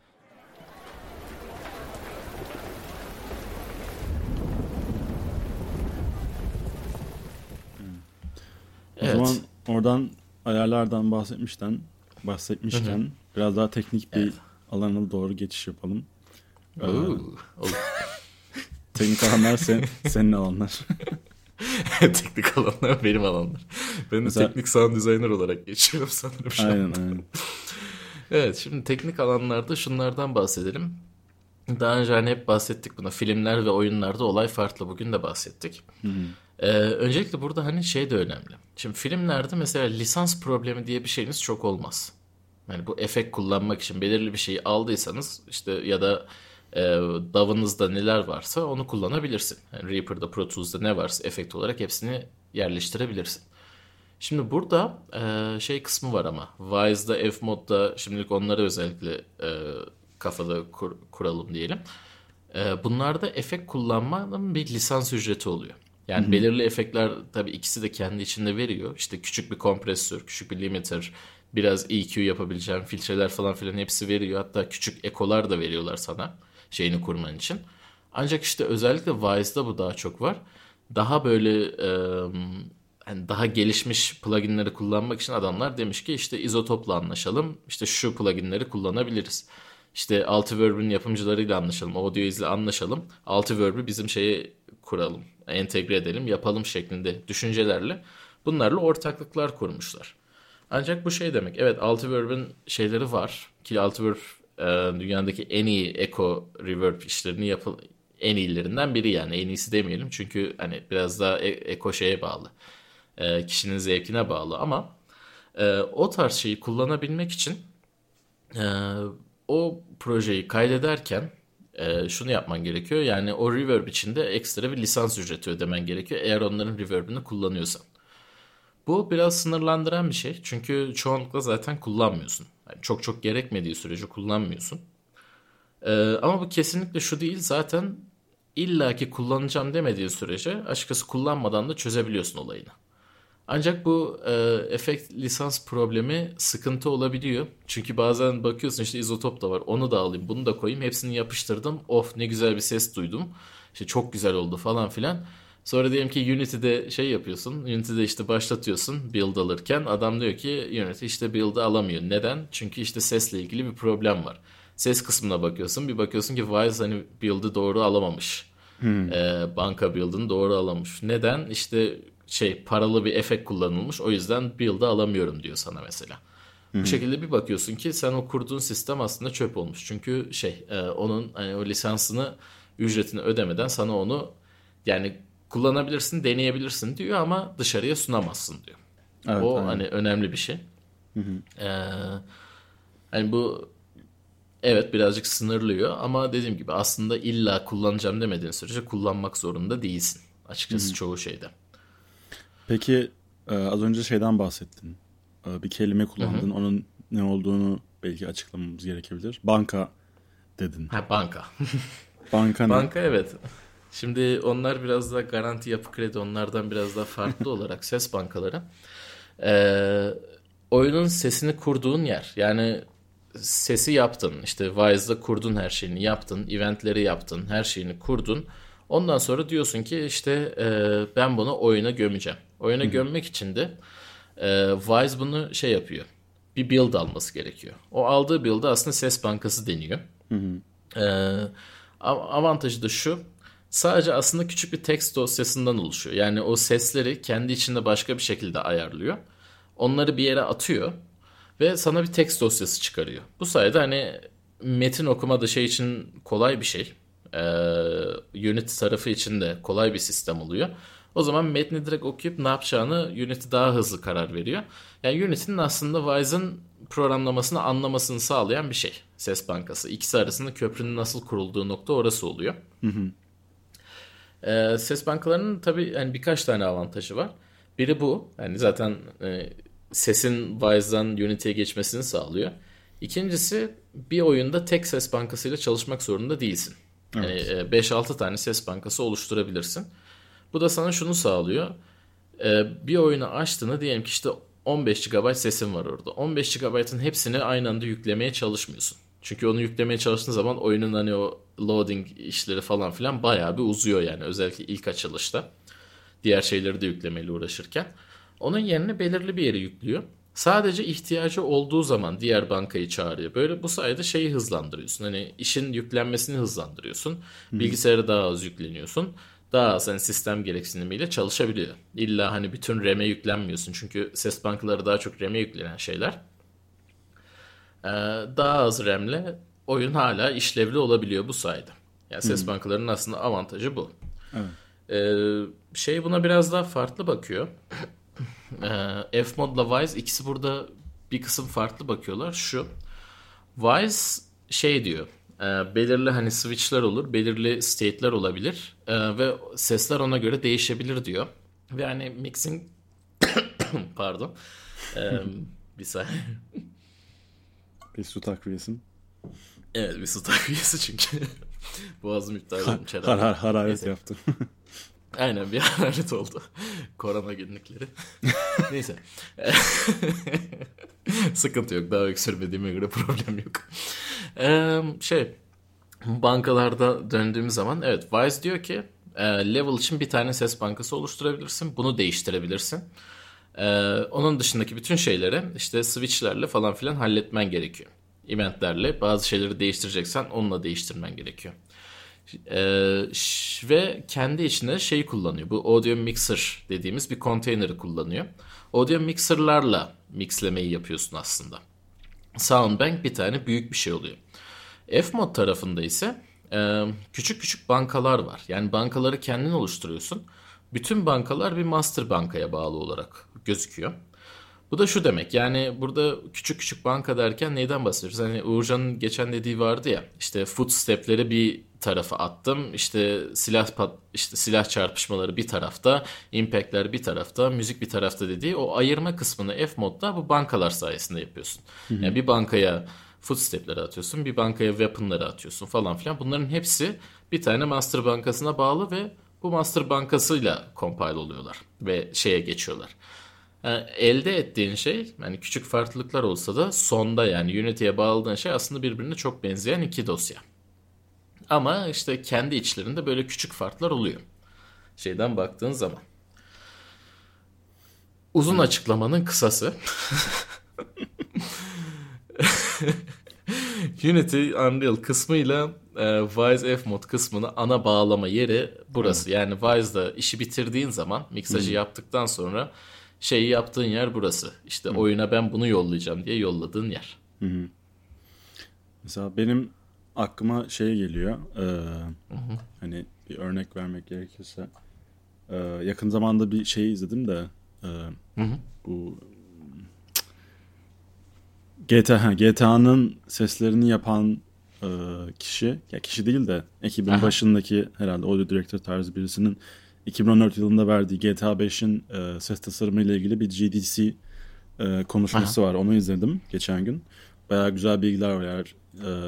O evet. zaman oradan ayarlardan bahsetmişten bahsetmişken Hı-hı. biraz daha teknik bir evet. alana doğru geçiş yapalım. Ee, teknik alanlar sen, senin alanlar. Teknik alanlar benim alanlar. Ben de Mesela... teknik sound designer olarak geçiyorum sanırım şu Aynen an. aynen. Evet şimdi teknik alanlarda şunlardan bahsedelim. Daha önce hani hep bahsettik buna. Filmler ve oyunlarda olay farklı. Bugün de bahsettik. Hı hı. Ee, öncelikle burada hani şey de önemli. Şimdi filmlerde mesela lisans problemi diye bir şeyiniz çok olmaz. Yani bu efekt kullanmak için belirli bir şeyi aldıysanız işte ya da e, D A V'nızda neler varsa onu kullanabilirsin. Yani Reaper'da, Pro Tools'da ne varsa efekt olarak hepsini yerleştirebilirsin. Şimdi burada e, şey kısmı var ama Wise'da, F-Mode'da şimdilik onları özellikle e, kafada kur, kuralım diyelim. E, bunlarda efekt kullanmanın bir lisans ücreti oluyor. Yani Hı-hı. belirli efektler tabii ikisi de kendi içinde veriyor. İşte küçük bir kompresör, küçük bir limiter, biraz E Q yapabileceğin filtreler falan filan hepsi veriyor. Hatta küçük ekolar da veriyorlar sana şeyini kurman için. Ancak işte özellikle Wise'da bu daha çok var. Daha böyle e, yani daha gelişmiş pluginleri kullanmak için adamlar demiş ki işte Izotop'la anlaşalım. İşte şu pluginleri kullanabiliriz. İşte Altiverb'in yapımcılarıyla anlaşalım. AudioEase'le anlaşalım. Altiverb'ü bizim şeye kuralım, entegre edelim, yapalım şeklinde düşüncelerle bunlarla ortaklıklar kurmuşlar. Ancak bu şey demek, evet Altiverb'in şeyleri var ki Altiverb e, dünyadaki en iyi echo reverb işlerini yapı en iyilerinden biri yani en iyisi demeyelim çünkü hani biraz daha e- echo şeye bağlı, e, kişinin zevkine bağlı ama e, o tarz şeyi kullanabilmek için e, o projeyi kaydederken e, şunu yapman gerekiyor yani o reverb için de ekstra bir lisans ücreti ödemen gerekiyor eğer onların reverb'ini kullanıyorsan. Bu biraz sınırlandıran bir şey. Çünkü çoğunlukla zaten kullanmıyorsun. Yani çok çok gerekmediği sürece kullanmıyorsun. Ee, ama bu kesinlikle şu değil. Zaten illaki kullanacağım demediğin sürece açıkçası kullanmadan da çözebiliyorsun olayını. Ancak bu e, efekt lisans problemi sıkıntı olabiliyor. Çünkü bazen bakıyorsun işte izotop da var. Onu da alayım, bunu da koyayım. Hepsini yapıştırdım. Of ne güzel bir ses duydum. İşte çok güzel oldu falan filan. Sonra diyelim ki Unity'de şey yapıyorsun. Unity'de işte başlatıyorsun build alırken. Adam diyor ki Unity işte build'ı alamıyor. Neden? Çünkü işte sesle ilgili bir problem var. Ses kısmına bakıyorsun. Bir bakıyorsun ki Wise hani build'ı doğru alamamış. Hmm. Ee, banka build'ını doğru alamış. Neden? İşte şey paralı bir efekt kullanılmış. O yüzden build'ı alamıyorum diyor sana mesela. Hı-hı. Bu şekilde bir bakıyorsun ki sen o kurduğun sistem aslında çöp olmuş. Çünkü şey e, onun hani o lisansını ücretini ödemeden sana onu yani kullanabilirsin, deneyebilirsin diyor ama dışarıya sunamazsın diyor. Evet, o aynen. Hani önemli bir şey. Hı hı. Ee, hani bu evet birazcık sınırlıyor ama dediğim gibi aslında illa kullanacağım demediğin sürece kullanmak zorunda değilsin. Açıkçası hı hı. çoğu şeyde. Peki az önce şeyden bahsettin. Bir kelime kullandın. Hı hı. Onun ne olduğunu belki açıklamamız gerekebilir. Banka dedin. Ha banka. Banka ne? Banka evet. Şimdi onlar biraz daha Garanti Yapı Kredi onlardan biraz daha farklı olarak ses bankaları. Ee, oyunun sesini kurduğun yer. Yani sesi yaptın. İşte Wise'da kurdun her şeyini yaptın. Eventleri yaptın. Her şeyini kurdun. Ondan sonra diyorsun ki işte e, ben bunu oyuna gömeceğim. Oyuna Hı-hı. gömmek için de e, Wise bunu şey yapıyor. Bir build alması gerekiyor. O aldığı build'a aslında ses bankası deniyor. E, avantajı da şu. Sadece aslında küçük bir text dosyasından oluşuyor. Yani o sesleri kendi içinde başka bir şekilde ayarlıyor. Onları bir yere atıyor ve sana bir text dosyası çıkarıyor. Bu sayede hani metin okuma da şey için kolay bir şey. Ee, Unity tarafı için de kolay bir sistem oluyor. O zaman metni direkt okuyup ne yapacağını Unity daha hızlı karar veriyor. Yani Unity'nin aslında Wise'ın programlamasını anlamasını sağlayan bir şey. Ses bankası. İkisi arasında köprünün nasıl kurulduğu nokta orası oluyor. Hı hı. Ee, ses bankalarının tabii yani birkaç tane avantajı var. Biri bu. Yani zaten e, sesin Wise'dan Unity'ye geçmesini sağlıyor. İkincisi bir oyunda tek ses bankasıyla çalışmak zorunda değilsin. Evet. Yani beş altı tane ses bankası oluşturabilirsin. Bu da sana şunu sağlıyor. Ee, bir oyunu açtığında diyelim ki işte on beş gigabayt sesin var orada. on beş gigabaytın hepsini aynı anda yüklemeye çalışmıyorsun. Çünkü onu yüklemeye çalıştığın zaman oyunun hani o loading işleri falan filan bayağı bir uzuyor yani. Özellikle ilk açılışta. Diğer şeyleri de yüklemeyle uğraşırken. Onun yerine belirli bir yere yüklüyor. Sadece ihtiyacı olduğu zaman diğer bankayı çağırıyor. Böyle bu sayede şeyi hızlandırıyorsun. Hani işin yüklenmesini hızlandırıyorsun. Bilgisayara daha az yükleniyorsun. Daha az hani sistem gereksinimiyle çalışabiliyor. İlla hani bütün R A M'e yüklenmiyorsun. Çünkü ses bankaları daha çok R A M'e yüklenen şeyler. Daha az R A M'le oyun hala işlevli olabiliyor bu sayede. Yani ses hmm. bankalarının aslında avantajı bu. Evet. Ee, şey buna biraz daha farklı bakıyor. Ee, Fmod'la Wise ikisi burada bir kısım farklı bakıyorlar. Şu Wise şey diyor. E, belirli hani switch'ler olur, belirli state'ler olabilir e, ve sesler ona göre değişebilir diyor. Ve yani mixing pardon. E, bir saniye. Bir su takviyesi. Evet bir su takviyesi çünkü. Boğazım iptal olmuş herhalde. Har har hararet Neyse. yaptım. Aynen bir hararet oldu. Korona günlükleri. Neyse. Sıkıntı yok. Daha öksürmediğime göre problem yok. Ee, şey bankalarda döndüğümüz zaman evet Wise diyor ki level için bir tane ses bankası oluşturabilirsin. Bunu değiştirebilirsin. Ee, onun dışındaki bütün şeyleri işte switchlerle falan filan halletmen gerekiyor. Eventlerle bazı şeyleri değiştireceksen onunla değiştirmen gerekiyor. Ee, ş- ve kendi içinde şey kullanıyor. Bu audio mixer dediğimiz bir konteyneri kullanıyor. Audio mixer'larla mixlemeyi yapıyorsun aslında. Soundbank bir tane büyük bir şey oluyor. Fmod tarafında ise e, küçük küçük bankalar var. Yani bankaları kendin oluşturuyorsun. Bütün bankalar bir master bankaya bağlı olarak gözüküyor. Bu da şu demek yani burada küçük küçük banka derken neyden bahsediyoruz? Hani Uğurcan'ın geçen dediği vardı ya işte footstep'leri bir tarafa attım işte silah pat, işte silah çarpışmaları bir tarafta, impact'ler bir tarafta, müzik bir tarafta dediği o ayırma kısmını Fmod'da bu bankalar sayesinde yapıyorsun. Hı hı. Yani bir bankaya footstep'leri atıyorsun, bir bankaya weapon'ları atıyorsun falan filan. Bunların hepsi bir tane master bankasına bağlı ve bu master bankasıyla compile oluyorlar ve şeye geçiyorlar. Yani elde ettiğin şey yani küçük farklılıklar olsa da sonda yani Unity'ye bağladığın şey aslında birbirine çok benzeyen iki dosya. Ama işte kendi içlerinde böyle küçük farklar oluyor. Şeyden baktığın zaman. Uzun açıklamanın kısası. Unity Unreal kısmıyla e, Wise Fmod kısmını ana bağlama yeri burası. Hmm. Yani Wise'da işi bitirdiğin zaman miksajı hmm. yaptıktan sonra şeyi yaptığın yer burası. İşte Hı. oyuna ben bunu yollayacağım diye yolladığın yer. Hı hı. Mesela benim aklıma şey geliyor. E, hı hı. Hani bir örnek vermek gerekirse. E, yakın zamanda bir şey izledim de e, hı hı. bu G T A G T A'nın seslerini yapan e, kişi, ya kişi değil de ekibin Aha. başındaki herhalde audio director tarzı birisinin iki bin on dört yılında verdiği G T A beşin e, ses tasarımı ile ilgili bir G D C e, konuşması Aha. var. Onu izledim geçen gün. Bayağı güzel bilgiler var. Eğer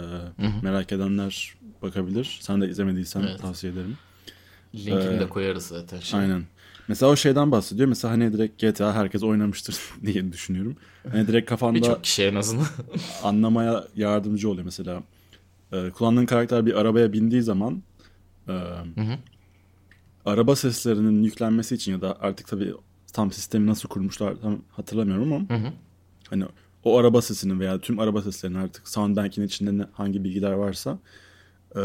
e, merak edenler bakabilir. Sen de izlemediysen evet. tavsiye ederim. Linkini ee, de koyarız zaten. Şey. Aynen. Mesela o şeyden bahsediyor. Mesela hani direkt G T A herkes oynamıştır diye düşünüyorum. Hani direkt kafanda birçok kişi en azından anlamaya yardımcı oluyor. Mesela e, kullandığın karakter bir arabaya bindiği zaman e, hı hı. araba seslerinin yüklenmesi için ya da artık tabii tam sistemi nasıl kurmuşlar tam hatırlamıyorum ama hı hı. hani o araba sesinin veya tüm araba seslerinin artık Soundbank'in içinde ne, hangi bilgiler varsa e,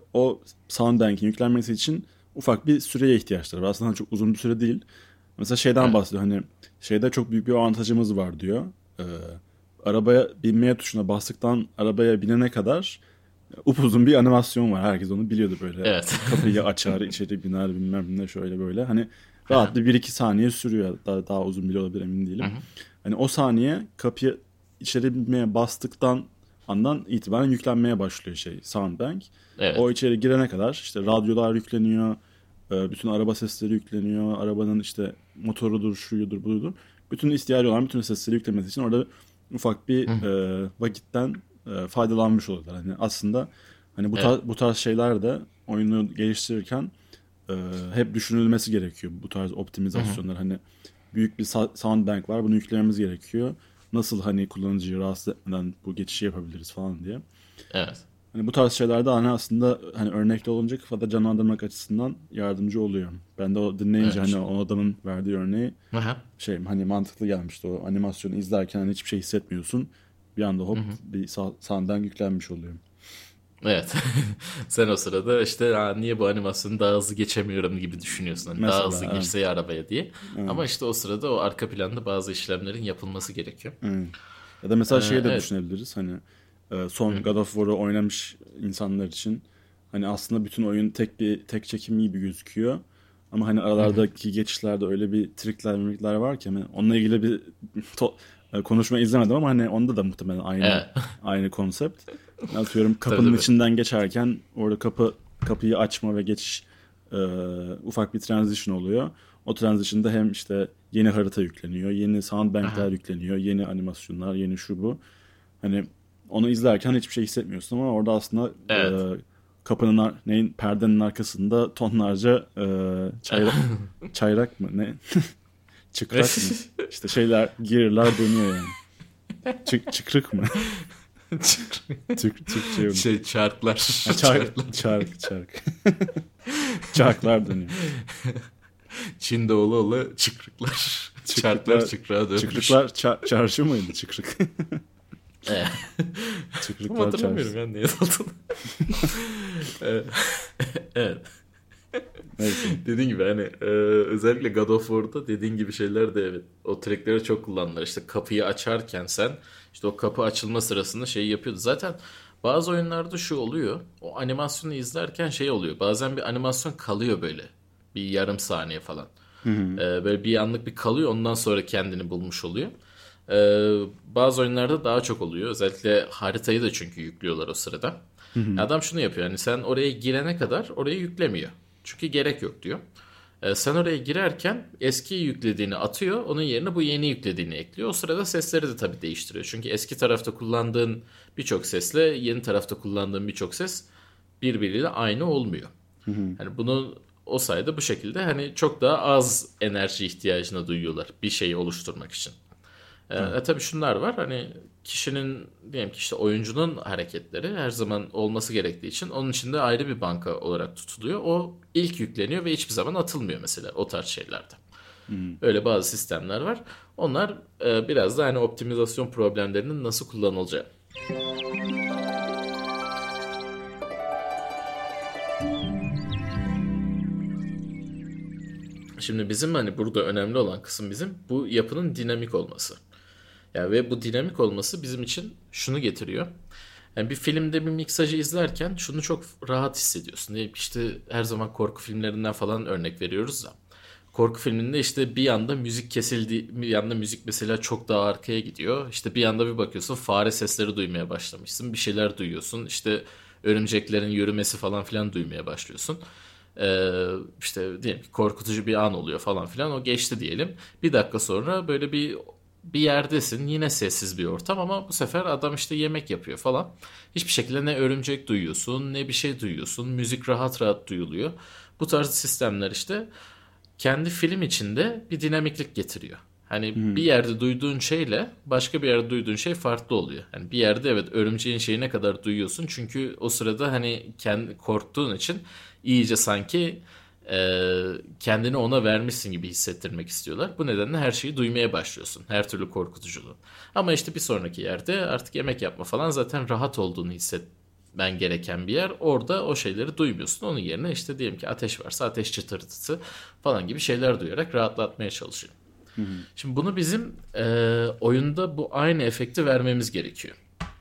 o Soundbank'in yüklenmesi için ufak bir süreye ihtiyaçları var. Aslında çok uzun bir süre değil. Mesela şeyden evet. bahsediyor. Hani şeyde çok büyük bir avantajımız var diyor. Ee, arabaya binmeye tuşuna bastıktan arabaya binene kadar upuzun bir animasyon var. Herkes onu biliyordu böyle. Evet. Kapıyı açar, içeri biner, bilmem ne şöyle böyle. Hani rahat bir bir iki saniye sürüyor. Daha, daha uzun bile olabilir, emin değilim. Hı-hı. Hani o saniye kapıyı içeri binmeye bastıktan andan itibaren yüklenmeye başlıyor şey Soundbank. Evet. O içeri girene kadar işte radyolar yükleniyor, bütün araba sesleri yükleniyor, arabanın işte motorudur, şuyudur, budur. Bütün ihtiyacı olan bütün sesleri yüklemesi için orada ufak bir e, vakitten e, faydalanmış oluyorlar. Hani aslında hani bu evet. tarz, bu tarz şeyler de oyunu geliştirirken e, hep düşünülmesi gerekiyor. Bu tarz optimizasyonlar. Hı-hı. Hani büyük bir Soundbank var, bunu yüklememiz gerekiyor. Nasıl hani kullanıcıyı rahatsız etmeden bu geçişi yapabiliriz falan diye. Evet. Hani bu tarz şeylerde hani aslında hani örnekli olunca kafada canlandırmak açısından yardımcı oluyor. Ben de o dinleyince evet. hani o adamın verdiği örneği Aha. şey hani mantıklı gelmişti. O animasyonu izlerken hani hiçbir şey hissetmiyorsun. Bir anda hop Hı-hı. bir sağdan yüklenmiş oluyor. Evet. Sen o sırada işte niye bu animasyonu daha hızlı geçemiyorum gibi düşünüyorsun. Hani mesela, daha hızlı evet. girse ya arabaya diye. Evet. Ama işte o sırada o arka planda bazı işlemlerin yapılması gerekiyor. Evet. Ya da mesela ee, şeyi de evet. düşünebiliriz. Hani son Hı. God of War'u oynamış insanlar için hani aslında bütün oyun tek bir tek çekim gibi gözüküyor. Ama hani aralardaki Hı. geçişlerde öyle bir trikler, mimikler var ki hani onunla ilgili bir to- konuşma izlemedim ama hani onda da muhtemelen aynı evet. aynı konsept. Atıyorum kapının tabii, içinden tabii. geçerken orada kapı kapıyı açma ve geçiş e, ufak bir transition oluyor. O transition'da hem işte yeni harita yükleniyor, yeni soundbankler Aha. yükleniyor, yeni animasyonlar, yeni şu bu. Hani onu izlerken hiçbir şey hissetmiyorsun ama orada aslında evet. e, kapının ar- neyin perdenin arkasında tonlarca e, çayrak çayrak mı ne? Çıkrak mı? İşte şeyler, gear'lar dönüyor yani. Çık çıkrık mı? Türk Türkçe yok. Şey çarklar. Ha, çark, çark, çark. Çarklar dönüyor. Çin'de ola ola çıkrıklar. Çarklar çıkrığa dönmüş. Çıkrıklar ça- çarşı mıydı çıkrık? Evet. Çıkrıklar hatırlamıyorum yani ne yazıldığını. Evet. Neyse. Dediğin gibi hani e, özellikle God of War'da dediğin gibi şeyler de evet. O trikleri çok kullandılar. İşte kapıyı açarken sen işte o kapı açılma sırasında şeyi yapıyordu. Zaten bazı oyunlarda şu oluyor. O animasyonu izlerken şey oluyor. Bazen bir animasyon kalıyor böyle. Bir yarım saniye falan. Hı hı. E, böyle bir anlık bir kalıyor. Ondan sonra kendini bulmuş oluyor. Ee, bazı oyunlarda daha çok oluyor. Özellikle haritayı da çünkü yüklüyorlar o sırada. Hı hı. Adam şunu yapıyor. Yani sen oraya girene kadar orayı yüklemiyor. Çünkü gerek yok diyor. Ee, sen oraya girerken eski yüklediğini atıyor. Onun yerine bu yeni yüklediğini ekliyor. O sırada sesleri de tabii değiştiriyor. Çünkü eski tarafta kullandığın birçok sesle yeni tarafta kullandığın birçok ses birbiriyle aynı olmuyor. Hı hı. Yani bunu o sayede bu şekilde hani çok daha az enerji ihtiyacına duyuyorlar bir şeyi oluşturmak için. E, tabii şunlar var hani kişinin diyelim ki işte oyuncunun hareketleri her zaman olması gerektiği için onun için de ayrı bir banka olarak tutuluyor. O ilk yükleniyor ve hiçbir zaman atılmıyor mesela o tarz şeylerde. Hmm. Öyle bazı sistemler var. Onlar e, biraz da hani optimizasyon problemlerinin nasıl kullanılacağı. Şimdi bizim hani burada önemli olan kısım bizim bu yapının dinamik olması. Yani ve bu dinamik olması bizim için şunu getiriyor. Yani bir filmde bir miksajı izlerken şunu çok rahat hissediyorsun. İşte her zaman korku filmlerinden falan örnek veriyoruz ya. Korku filminde işte bir anda müzik kesildi, bir yanda müzik mesela çok daha arkaya gidiyor. İşte bir anda bir bakıyorsun fare sesleri duymaya başlamışsın. Bir şeyler duyuyorsun. İşte örümceklerin yürümesi falan filan duymaya başlıyorsun. Ee, işte diyelim ki korkutucu bir an oluyor falan filan. O geçti diyelim. Bir dakika sonra böyle bir bir yerdesin. Yine sessiz bir ortam ama bu sefer adam işte yemek yapıyor falan. Hiçbir şekilde ne örümcek duyuyorsun ne bir şey duyuyorsun. Müzik rahat rahat duyuluyor. Bu tarz sistemler işte kendi film içinde bir dinamiklik getiriyor. Hani hmm. bir yerde duyduğun şeyle başka bir yerde duyduğun şey farklı oluyor. Hani bir yerde evet örümceğin şeyi ne kadar duyuyorsun çünkü o sırada hani kendi korktuğun için iyice sanki e, kendini ona vermişsin gibi hissettirmek istiyorlar. Bu nedenle her şeyi duymaya başlıyorsun. Her türlü korkutuculuğu. Ama işte bir sonraki yerde artık yemek yapma falan zaten rahat olduğunu hissetmen gereken bir yer. Orada o şeyleri duymuyorsun. Onun yerine işte diyelim ki ateş varsa ateş çıtırtısı falan gibi şeyler duyarak rahatlatmaya çalışıyor. Hı hı. Şimdi bunu bizim e, oyunda bu aynı efekti vermemiz gerekiyor.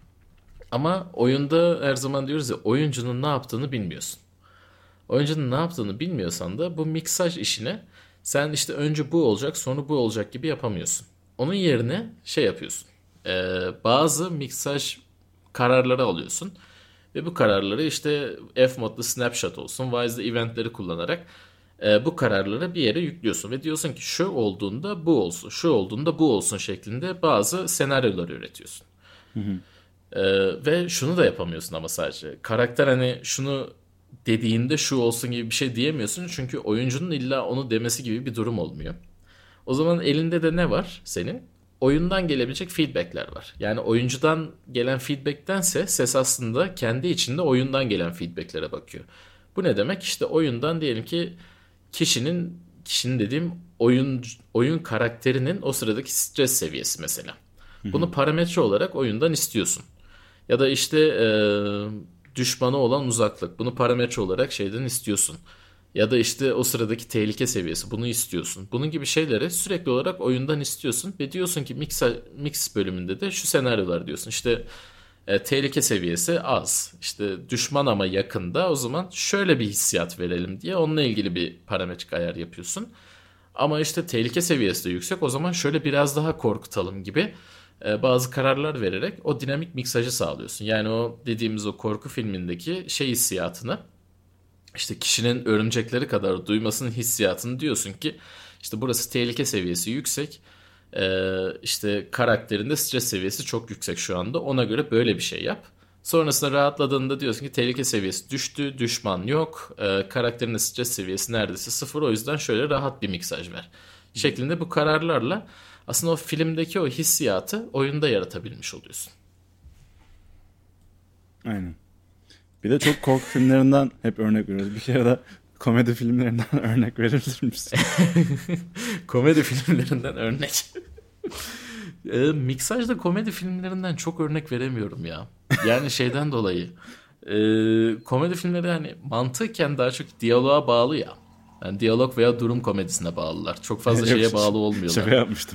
Ama oyunda her zaman diyoruz ya oyuncunun ne yaptığını bilmiyorsun. Oyuncunun ne yaptığını bilmiyorsan da bu miksaj işine sen işte önce bu olacak sonra bu olacak gibi yapamıyorsun. Onun yerine şey yapıyorsun. E, bazı miksaj kararları alıyorsun. Ve bu kararları işte F-modlu snapshot olsun, Wise'de eventleri kullanarak e, bu kararları bir yere yüklüyorsun. Ve diyorsun ki şu olduğunda bu olsun, şu olduğunda bu olsun şeklinde bazı senaryolar üretiyorsun. Hı hı. E, ve şunu da yapamıyorsun ama sadece. Karakter hani şunu dediğinde şu olsun gibi bir şey diyemiyorsun. Çünkü oyuncunun illa onu demesi gibi bir durum olmuyor. O zaman elinde de ne var senin? Oyundan gelebilecek feedbackler var. Yani oyuncudan gelen feedbacktense ses aslında kendi içinde oyundan gelen feedbacklere bakıyor. Bu ne demek? İşte oyundan diyelim ki kişinin, kişinin dediğim oyun oyun karakterinin o sıradaki stres seviyesi mesela. Bunu parametre olarak oyundan istiyorsun. Ya da işte e, düşmana olan uzaklık. Bunu parametre olarak şeyden istiyorsun. Ya da işte o sıradaki tehlike seviyesi. Bunu istiyorsun. Bunun gibi şeyleri sürekli olarak oyundan istiyorsun. Ve diyorsun ki mix, mix bölümünde de şu senaryolar diyorsun. İşte e, tehlike seviyesi az. İşte düşman ama yakında. O zaman şöyle bir hissiyat verelim diye onunla ilgili bir parametrik ayar yapıyorsun. Ama işte tehlike seviyesi de yüksek. O zaman şöyle biraz daha korkutalım gibi e, bazı kararlar vererek o dinamik miksajı sağlıyorsun. Yani o dediğimiz o korku filmindeki şey hissiyatını İşte kişinin örümcekleri kadar duymasının hissiyatını diyorsun ki işte burası tehlike seviyesi yüksek. Ee, işte karakterinde stres seviyesi çok yüksek şu anda. Ona göre böyle bir şey yap. Sonrasında rahatladığında diyorsun ki tehlike seviyesi düştü, düşman yok. Ee, karakterinde stres seviyesi neredeyse sıfır. O yüzden şöyle rahat bir miksaj ver. Şeklinde bu kararlarla aslında o filmdeki o hissiyatı oyunda yaratabilmiş oluyorsun. Aynen. Bir de çok korku filmlerinden hep örnek veriyoruz. Bir kere de komedi filmlerinden örnek verebilir misin? Komedi filmlerinden örnek. e, miksajda komedi filmlerinden çok örnek veremiyorum ya. Yani şeyden dolayı. E, komedi filmleri hani mantıken daha çok diyaloğa bağlı ya. Yani diyalog veya durum komedisine bağlılar. Çok fazla şeye bağlı olmuyorlar. Şaka yapmıştım.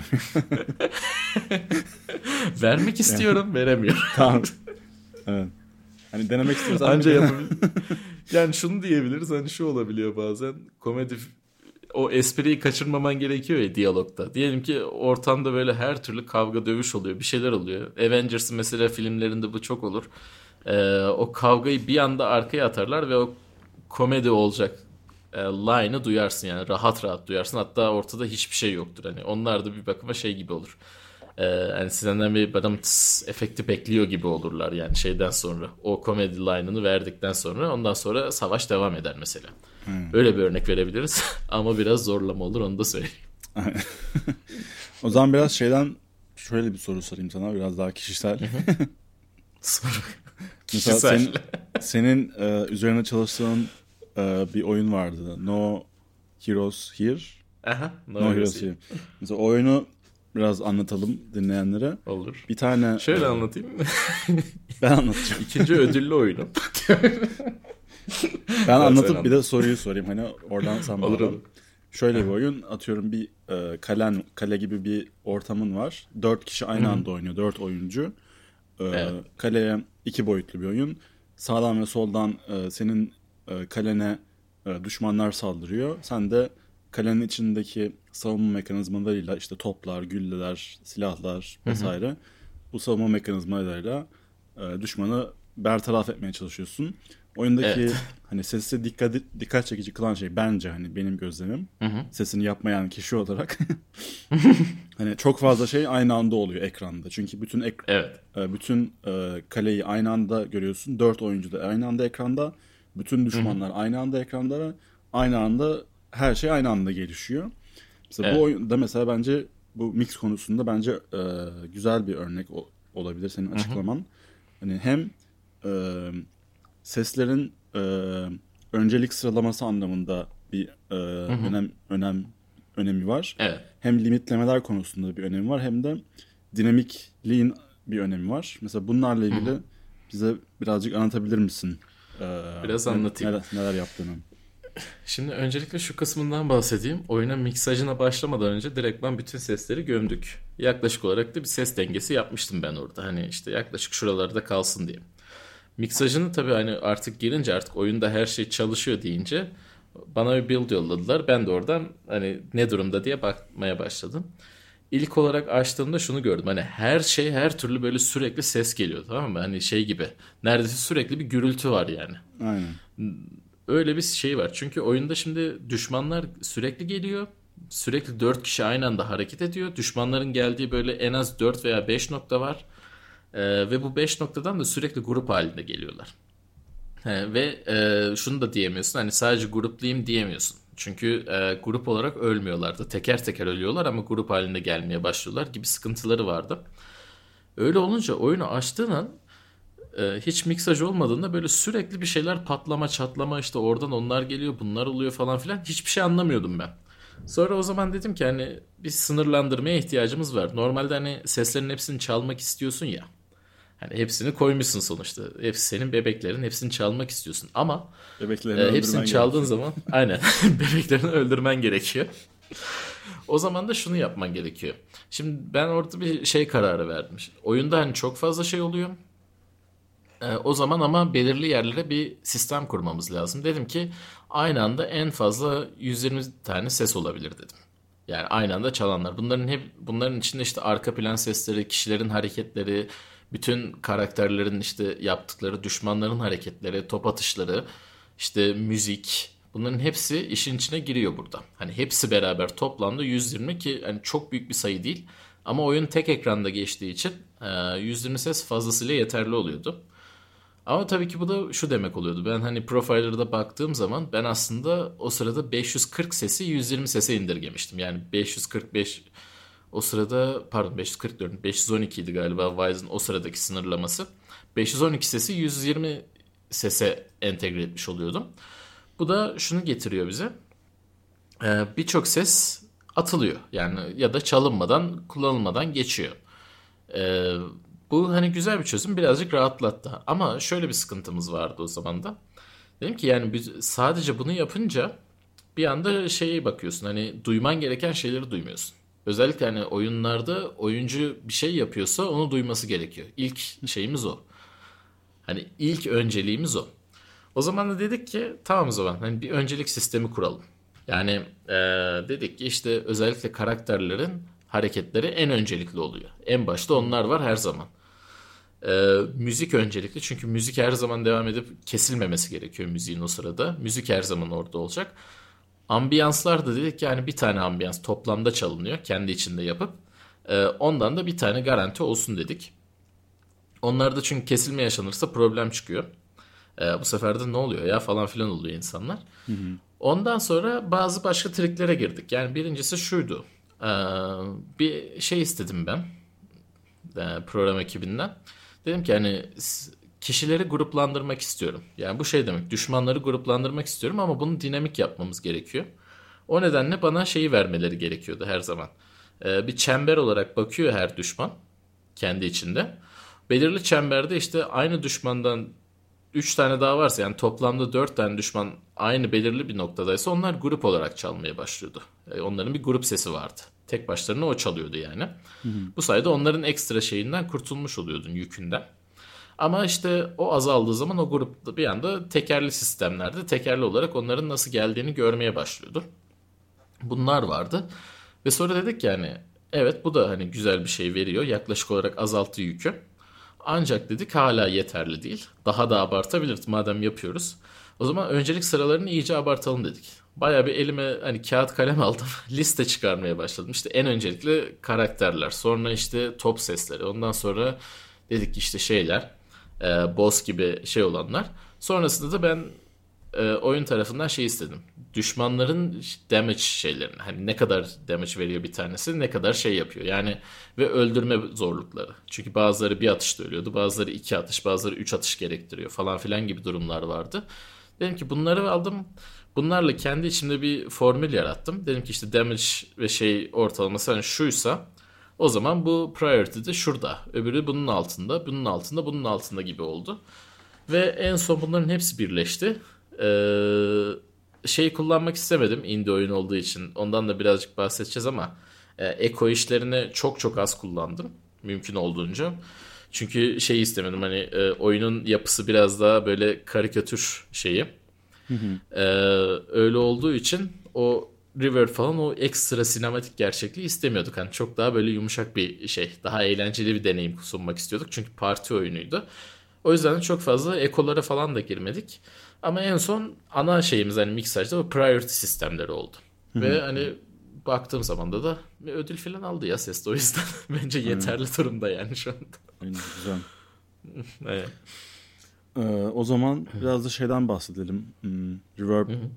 Vermek istiyorum, veremiyorum. Tamam. Evet. Hani denemek istiyorsan anca yapabilir. Yani şunu diyebiliriz, hani şu olabiliyor bazen komedi, o espriyi kaçırmaman gerekiyor ya diyalogda. Diyelim ki ortamda böyle her türlü kavga dövüş oluyor, bir şeyler oluyor. Avengers'ın mesela filmlerinde bu çok olur. Ee, o kavgayı bir anda arkaya atarlar ve o komedi olacak e, line'ı duyarsın, yani rahat rahat duyarsın. Hatta ortada hiçbir şey yoktur. Hani onlar da bir bakıma şey gibi olur. Ee, yani senden bir adam tıs efekti bekliyor gibi olurlar yani şeyden sonra. O komedi line'ını verdikten sonra ondan sonra savaş devam eder mesela. Hmm. Öyle bir örnek verebiliriz ama biraz zorlama olur, onu da söyleyeyim. O zaman biraz şeyden şöyle bir soru sorayım sana, biraz daha kişisel. Soru. Mesela senin, senin e, üzerine çalıştığın e, bir oyun vardı. No Heroes Here. Aha, No, no Heroes, Heroes Here. Mesela o oyunu biraz anlatalım dinleyenlere. Olur. Bir tane... Şöyle e, anlatayım mı? Ben anlatacağım. İkinci ödüllü oyunum. Ben anlatıp bir de soruyu sorayım. Hani oradan sen olur olur. şöyle bir oyun, atıyorum bir e, kalen, kale gibi bir ortamın var. Dört kişi aynı anda oynuyor, dört oyuncu. E, Evet. Kaleye iki boyutlu bir oyun. Sağdan ve soldan e, senin e, kalene e, düşmanlar saldırıyor. Sen de kalenin içindeki savunma mekanizmalarıyla, işte toplar, gülleler, silahlar vesaire, bu savunma mekanizmalarıyla e, düşmanı bertaraf etmeye çalışıyorsun. Oyundaki Evet. hani sesi dikkat dikkat çekici kılan şey, bence hani benim gözlemim, Hı hı. sesini yapmayan kişi olarak hani çok fazla şey aynı anda oluyor ekranda. Çünkü bütün ek, Evet. e, bütün e, kaleyi aynı anda görüyorsun. Dört oyuncu da aynı anda ekranda. Bütün düşmanlar aynı anda ekranda ve aynı anda her şey aynı anda gelişiyor. Mesela Evet. bu oyunda mesela bence bu mix konusunda bence e, güzel bir örnek o- olabilir senin açıklaman. Hani hem e, seslerin e, öncelik sıralaması anlamında bir e, önem önem önemi var. Evet. Hem limitlemeler konusunda bir önemi var, hem de dinamikliğin bir önemi var. Mesela bunlarla ilgili bize birazcık anlatabilir misin? E, Biraz ne- anlatayım. Neler, neler yaptığını. Şimdi öncelikle şu kısmından bahsedeyim. Oyuna miksajına başlamadan önce direkt ben bütün sesleri gömdük. Yaklaşık olarak da bir ses dengesi yapmıştım ben orada. Hani işte yaklaşık şuralarda kalsın diye. Miksajını tabii hani artık girince, artık oyunda her şey çalışıyor deyince bana bir build yolladılar. Ben de oradan hani ne durumda diye bakmaya başladım. İlk olarak açtığımda şunu gördüm. Hani her şey, her türlü böyle sürekli ses geliyor, tamam mı? Hani şey gibi. Neredeyse sürekli bir gürültü var yani. Aynen. Öyle bir şey var. Çünkü oyunda şimdi düşmanlar sürekli geliyor. Sürekli dört kişi aynı anda hareket ediyor. Düşmanların geldiği böyle en az dört veya beş nokta var. Ee, ve bu beş noktadan da sürekli grup halinde geliyorlar. He, ve e, şunu da diyemiyorsun. Hani sadece gruplayayım diyemiyorsun. Çünkü e, grup olarak ölmüyorlar da. Teker teker ölüyorlar ama grup halinde gelmeye başlıyorlar gibi sıkıntıları vardı. Öyle olunca oyunu açtığın an e, hiç miksaj olmadığında böyle sürekli bir şeyler patlama çatlama, işte oradan onlar geliyor bunlar oluyor falan filan, hiçbir şey anlamıyordum ben. Sonra o zaman dedim ki hani bir sınırlandırmaya ihtiyacımız var. Normalde hani seslerin hepsini çalmak istiyorsun ya. Hani hepsini koymuşsun sonuçta. Hepsi senin bebeklerin, hepsini çalmak istiyorsun. Ama Bebeklerini e, öldürmen hepsini çaldığın gerekiyor. zaman aynen bebeklerini öldürmen gerekiyor. O zaman da şunu yapman gerekiyor. Şimdi ben orada bir şey kararı verdim. Oyunda hani çok fazla şey oluyor. E, o zaman ama belirli yerlere bir sistem kurmamız lazım. Dedim ki aynı anda en fazla yüz yirmi tane ses olabilir dedim. Yani aynı anda çalanlar. Bunların hep bunların içinde işte arka plan sesleri, kişilerin hareketleri, bütün karakterlerin işte yaptıkları, düşmanların hareketleri, top atışları, işte müzik. Bunların hepsi işin içine giriyor burada. Hani hepsi beraber toplamda yüz yirmi, ki hani çok büyük bir sayı değil. Ama oyun tek ekranda geçtiği için e, yüz yirmi ses fazlasıyla yeterli oluyordu. Ama tabii ki bu da şu demek oluyordu. Ben hani Profiler'da baktığım zaman ben aslında o sırada beş yüz kırk sesi yüz yirmi sese indirgemiştim. Yani beş yüz kırk beş o sırada, pardon beş yüz kırk diyorum, beş yüz on iki idi galiba Wise'ın o sıradaki sınırlaması. beş yüz on iki sesi yüz yirmi sese entegre etmiş oluyordum. Bu da şunu getiriyor bize. Ee, birçok ses atılıyor. Yani ya da çalınmadan, kullanılmadan geçiyor. Ee, bu hani güzel bir çözüm, birazcık rahatlattı. Ama şöyle bir sıkıntımız vardı o zaman da. Dedim ki yani biz sadece bunu yapınca bir anda şeye bakıyorsun, hani duyman gereken şeyleri duymuyorsun. Özellikle hani oyunlarda oyuncu bir şey yapıyorsa onu duyması gerekiyor. İlk şeyimiz o. Hani ilk önceliğimiz o. O zaman da dedik ki tamam, o zaman hani bir öncelik sistemi kuralım. Yani eee, dedik ki işte özellikle karakterlerin hareketleri en öncelikli oluyor. En başta onlar var her zaman. Eee, müzik öncelikli, çünkü müzik her zaman devam edip kesilmemesi gerekiyor müziğin o sırada. Müzik her zaman orada olacak. Ambiyanslar da dedik, yani bir tane ambiyans toplamda çalınıyor kendi içinde yapıp. Eee, ondan da bir tane garanti olsun dedik. Onlarda çünkü kesilme yaşanırsa problem çıkıyor. Ee, bu sefer de ne oluyor ya falan filan oluyor insanlar. Ondan sonra bazı başka triklere girdik. Yani birincisi şuydu. Ee, bir şey istedim ben e, program ekibinden. Dedim ki hani s- kişileri gruplandırmak istiyorum. Yani bu şey demek, düşmanları gruplandırmak istiyorum ama bunu dinamik yapmamız gerekiyor. O nedenle bana şeyi vermeleri gerekiyordu her zaman. Ee, bir çember olarak bakıyor her düşman kendi içinde. Belirli çemberde işte aynı düşmandan üç tane daha varsa, yani toplamda dört tane düşman aynı belirli bir noktadaysa onlar grup olarak çalmaya başlıyordu. E, onların bir grup sesi vardı. Tek başlarına o çalıyordu yani. Hı hı. Bu sayede onların ekstra şeyinden kurtulmuş oluyordun, yükünden. Ama işte o azaldığı zaman o grupta bir anda tekerli sistemlerde tekerli olarak onların nasıl geldiğini görmeye başlıyordu. Bunlar vardı. Ve sonra dedik yani evet, bu da hani güzel bir şey veriyor. Yaklaşık olarak azalttı yükü. Ancak dedik hala yeterli değil. Daha da abartabiliriz madem yapıyoruz. O zaman öncelik sıralarını iyice abartalım dedik. Bayağı bir elime hani kağıt kalem aldım. Liste çıkarmaya başladım. İşte en öncelikle karakterler. Sonra işte top sesleri. Ondan sonra dedik işte şeyler. E, boss gibi şey olanlar. Sonrasında da ben e, oyun tarafından şey istedim. Düşmanların damage şeylerini. Hani ne kadar damage veriyor bir tanesi, ne kadar şey yapıyor. Yani ve öldürme zorlukları. Çünkü bazıları bir atışta ölüyordu. Bazıları iki atış, bazıları üç atış gerektiriyor falan filan gibi durumlar vardı. Dedim ki bunları aldım. Bunlarla kendi içimde bir formül yarattım. Dedim ki işte damage ve şey ortalaması hani şuysa o zaman bu priority de şurada. Öbürü bunun altında, bunun altında, bunun altında gibi oldu. Ve en son bunların hepsi birleşti. Ee, şey kullanmak istemedim indie oyun olduğu için. Ondan da birazcık bahsedeceğiz ama e, eko işlerini çok çok az kullandım. Mümkün olduğunca. Çünkü şey istemedim hani e, oyunun yapısı biraz daha böyle karikatür şeyi. Hı hı. Ee, öyle olduğu için o reverb falan o ekstra sinematik gerçekliği istemiyorduk. Hani çok daha böyle yumuşak bir şey, daha eğlenceli bir deneyim sunmak istiyorduk. Çünkü parti oyunuydu. O yüzden çok fazla ekolara falan da girmedik. Ama en son ana şeyimiz hani miksajda o priority sistemleri oldu. Hı-hı. Ve hani baktığım zaman da da bir ödül falan aldı ya ses de, o yüzden bence yeterli Hı-hı. durumda yani şu anda. Aynen, güzel. Evet. Ee, o zaman biraz da şeyden bahsedelim. Hmm, reverb e,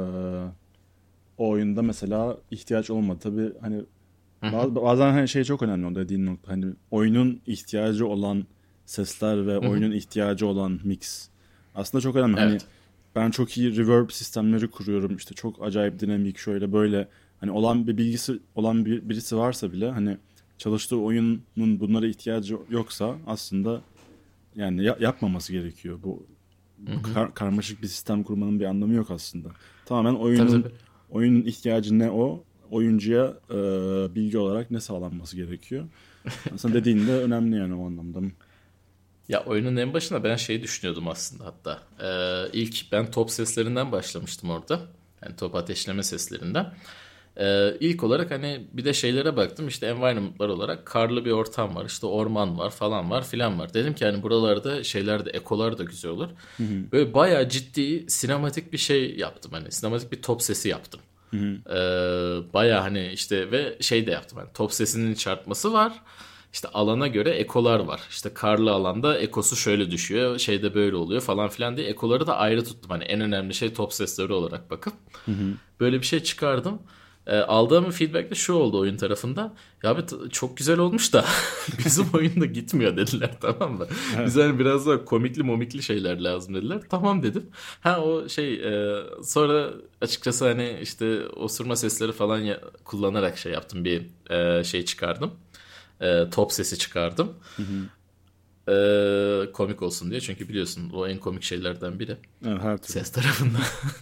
o oyunda mesela ihtiyaç olmadı. Tabii hani baz, bazen hani şey çok önemli o dediğin nokta. Hani oyunun ihtiyacı olan sesler ve Hı-hı. oyunun ihtiyacı olan mix. Aslında çok önemli. Evet. Hani ben çok iyi reverb sistemleri kuruyorum. İşte çok acayip dinamik şöyle böyle hani olan bir bilgisi olan bir birisi varsa bile hani çalıştığı oyunun bunlara ihtiyacı yoksa aslında yani ya- yapmaması gerekiyor. Bu kar- karmaşık bir sistem kurmanın bir anlamı yok aslında. Tamamen oyunun tabii, tabii. oyunun ihtiyacı ne o? Oyuncuya e, bilgi olarak ne sağlanması gerekiyor? Aslında dediğin de önemli yani o anlamda. Ya oyunun en başında ben şey düşünüyordum aslında hatta. Ee, ilk ben top seslerinden başlamıştım orada. Yani top ateşleme seslerinden. Ee, ilk olarak hani bir de şeylere baktım, işte environment'lar olarak karlı bir ortam var, işte orman var falan var filan var. Dedim ki hani buralarda şeyler de, ekolar da güzel olur. Hı hı. Böyle bayağı ciddi sinematik bir şey yaptım, hani sinematik bir top sesi yaptım. Hı hı. Ee, bayağı hani işte ve şey de yaptım, hani top sesinin çarpması var. İşte alana göre ekolar var. İşte karlı alanda ekosu şöyle düşüyor, şeyde böyle oluyor falan filan diye ekoları da ayrı tuttum. Hani en önemli şey top sesleri olarak bakıp hı hı. böyle bir şey çıkardım. E, aldığım feedback de şu oldu oyun tarafında. Ya abi t- çok güzel olmuş da bizim oyunda gitmiyor dediler, tamam mı? Bize hani biraz daha komikli momikli şeyler lazım dediler. Tamam dedim. Ha o şey e, sonra açıkçası hani işte osurma sesleri falan ya- kullanarak şey yaptım, bir e, şey çıkardım. E, top sesi çıkardım. Hı hı. E, komik olsun diye, çünkü biliyorsun o en komik şeylerden biri. Evet, her türlü. Ses tarafından.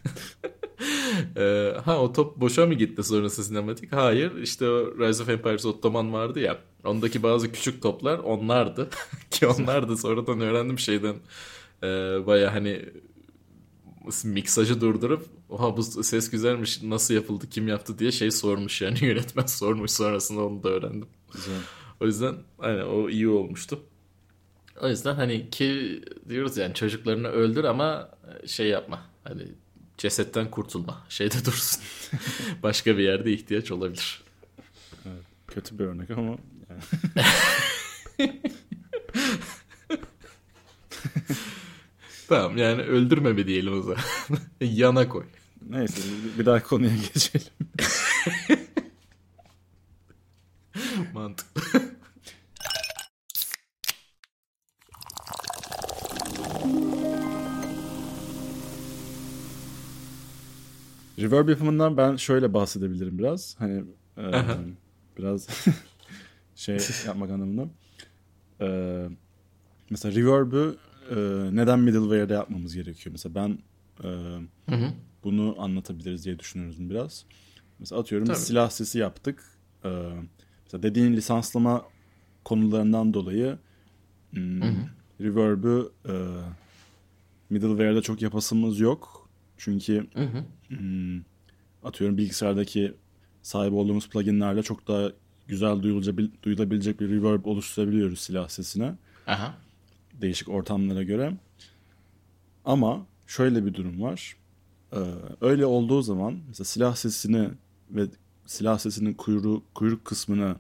Ee, ha o top boşa mı gitti sonrası sinematik? Hayır, işte o Rise of Empires Ottoman vardı ya, ondaki bazı küçük toplar onlardı ki onlardı sonradan öğrendim şeyden, e, baya hani miksajı durdurup oha bu ses güzelmiş, nasıl yapıldı, kim yaptı diye şey sormuş yani, yönetmen sormuş, sonrasında onu da öğrendim. Güzel. O yüzden hani o iyi olmuştu. O yüzden hani ki diyoruz yani çocuklarını öldür ama şey yapma, hani cesetten kurtulma. Şeyde dursun. Başka bir yerde ihtiyaç olabilir. Evet, kötü bir örnek ama yani. Tamam yani öldürmeme diyelim o zaman. Yana koy. Neyse bir daha konuya geçelim. Mantıklı. Reverb yapımından ben şöyle bahsedebilirim biraz. Hani e, biraz şey yapmak anlamında. E, mesela reverb'ü e, neden middleware'de yapmamız gerekiyor? Mesela ben e, Hı hı. bunu anlatabiliriz diye düşünüyoruz biraz. Mesela atıyorum Tabii. bir silah sesi yaptık. E, mesela dediğin lisanslama konularından dolayı hmm, Hı hı. reverb'ü e, middleware'de çok yapasımız yok. Çünkü Hı hı. hmm, atıyorum bilgisayardaki sahip olduğumuz pluginlerle çok daha güzel duyulabil- duyulabilecek bir reverb oluşturabiliyoruz silah sesine. Aha. Değişik ortamlara göre. Ama şöyle bir durum var. Ee, öyle olduğu zaman mesela silah sesini ve silah sesinin kuyruğu, kuyruk kısmını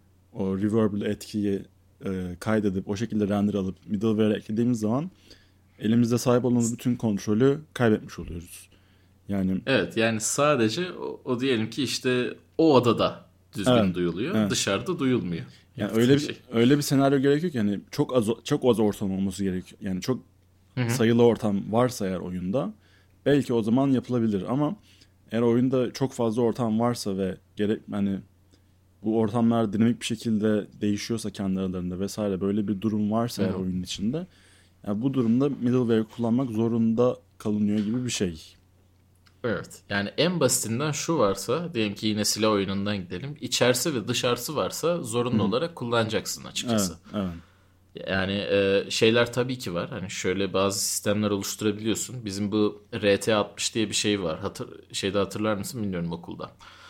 o reverb'lü etkiyi e, kaydedip o şekilde render alıp middleware'e eklediğimiz zaman elimizde sahip olduğumuz bütün kontrolü kaybetmiş oluyoruz. Yani Evet, yani sadece o, o diyelim ki işte o odada düzgün evet, duyuluyor. evet. Dışarıda duyulmuyor. Yani Yaptığı öyle bir, şey. öyle bir senaryo gerekiyor ki yani çok az çok az ortam olması gerekiyor. Yani çok Hı hı. sayılı ortam varsa eğer oyunda belki o zaman yapılabilir ama eğer oyunda çok fazla ortam varsa ve gerek hani bu ortamlar dinamik bir şekilde değişiyorsa kendi aralarında vesaire böyle bir durum varsa Hı eğer hı. oyunun içinde yani bu durumda middleware kullanmak zorunda kalınıyor gibi bir şey. Evet. Yani en basitinden şu varsa, diyelim ki yine silah oyunundan gidelim. İçerisi ve dışarısı varsa zorunlu olarak kullanacaksın Evet, açıkçası. evet. Yani e, şeyler tabii ki var. Hani şöyle bazı sistemler oluşturabiliyorsun. Bizim bu R T altmış diye bir şey var. Hatır, şeyde hatırlar mısın bilmiyorum okulda.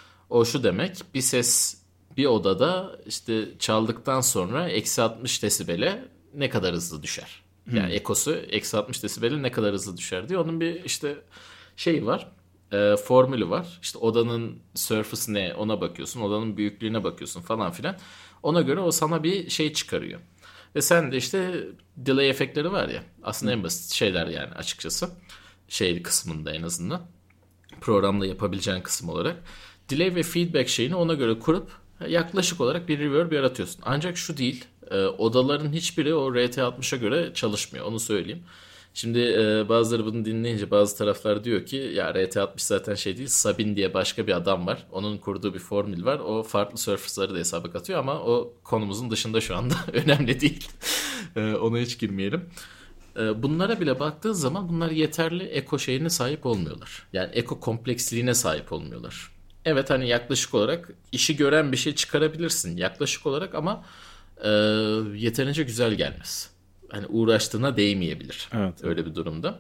O şu demek: bir ses bir odada işte çaldıktan sonra eksi altmış desibele ne kadar hızlı düşer? Yani ekosu eksi altmış desibele ne kadar hızlı düşer diye. Onun bir işte şey var. E, formülü var. İşte odanın surface ne, ona bakıyorsun. Odanın büyüklüğüne bakıyorsun falan filan. Ona göre o sana bir şey çıkarıyor. Ve sen de işte delay efektleri var ya. Aslında en basit şeyler yani açıkçası. Şey kısmında en azından. Programda yapabileceğin kısım olarak. Delay ve feedback şeyini ona göre kurup yaklaşık olarak bir reverb yaratıyorsun. Ancak şu değil. E, odaların hiçbiri o R T altmışa göre çalışmıyor. Onu söyleyeyim. Şimdi e, bazıları bunu dinleyince bazı taraflar diyor ki ya R T altmış zaten şey değil, Sabin diye başka bir adam var. Onun kurduğu bir formül var. O farklı surface'ları da hesaba katıyor ama o konumuzun dışında şu anda. Önemli değil. e, ona hiç girmeyelim. E, bunlara bile baktığın zaman bunlar yeterli eko şeyine sahip olmuyorlar. Yani eko kompleksliğine sahip olmuyorlar. Evet, hani yaklaşık olarak işi gören bir şey çıkarabilirsin yaklaşık olarak ama e, yeterince güzel gelmez. Hani uğraştığına değmeyebilir. Evet. Öyle bir durumda.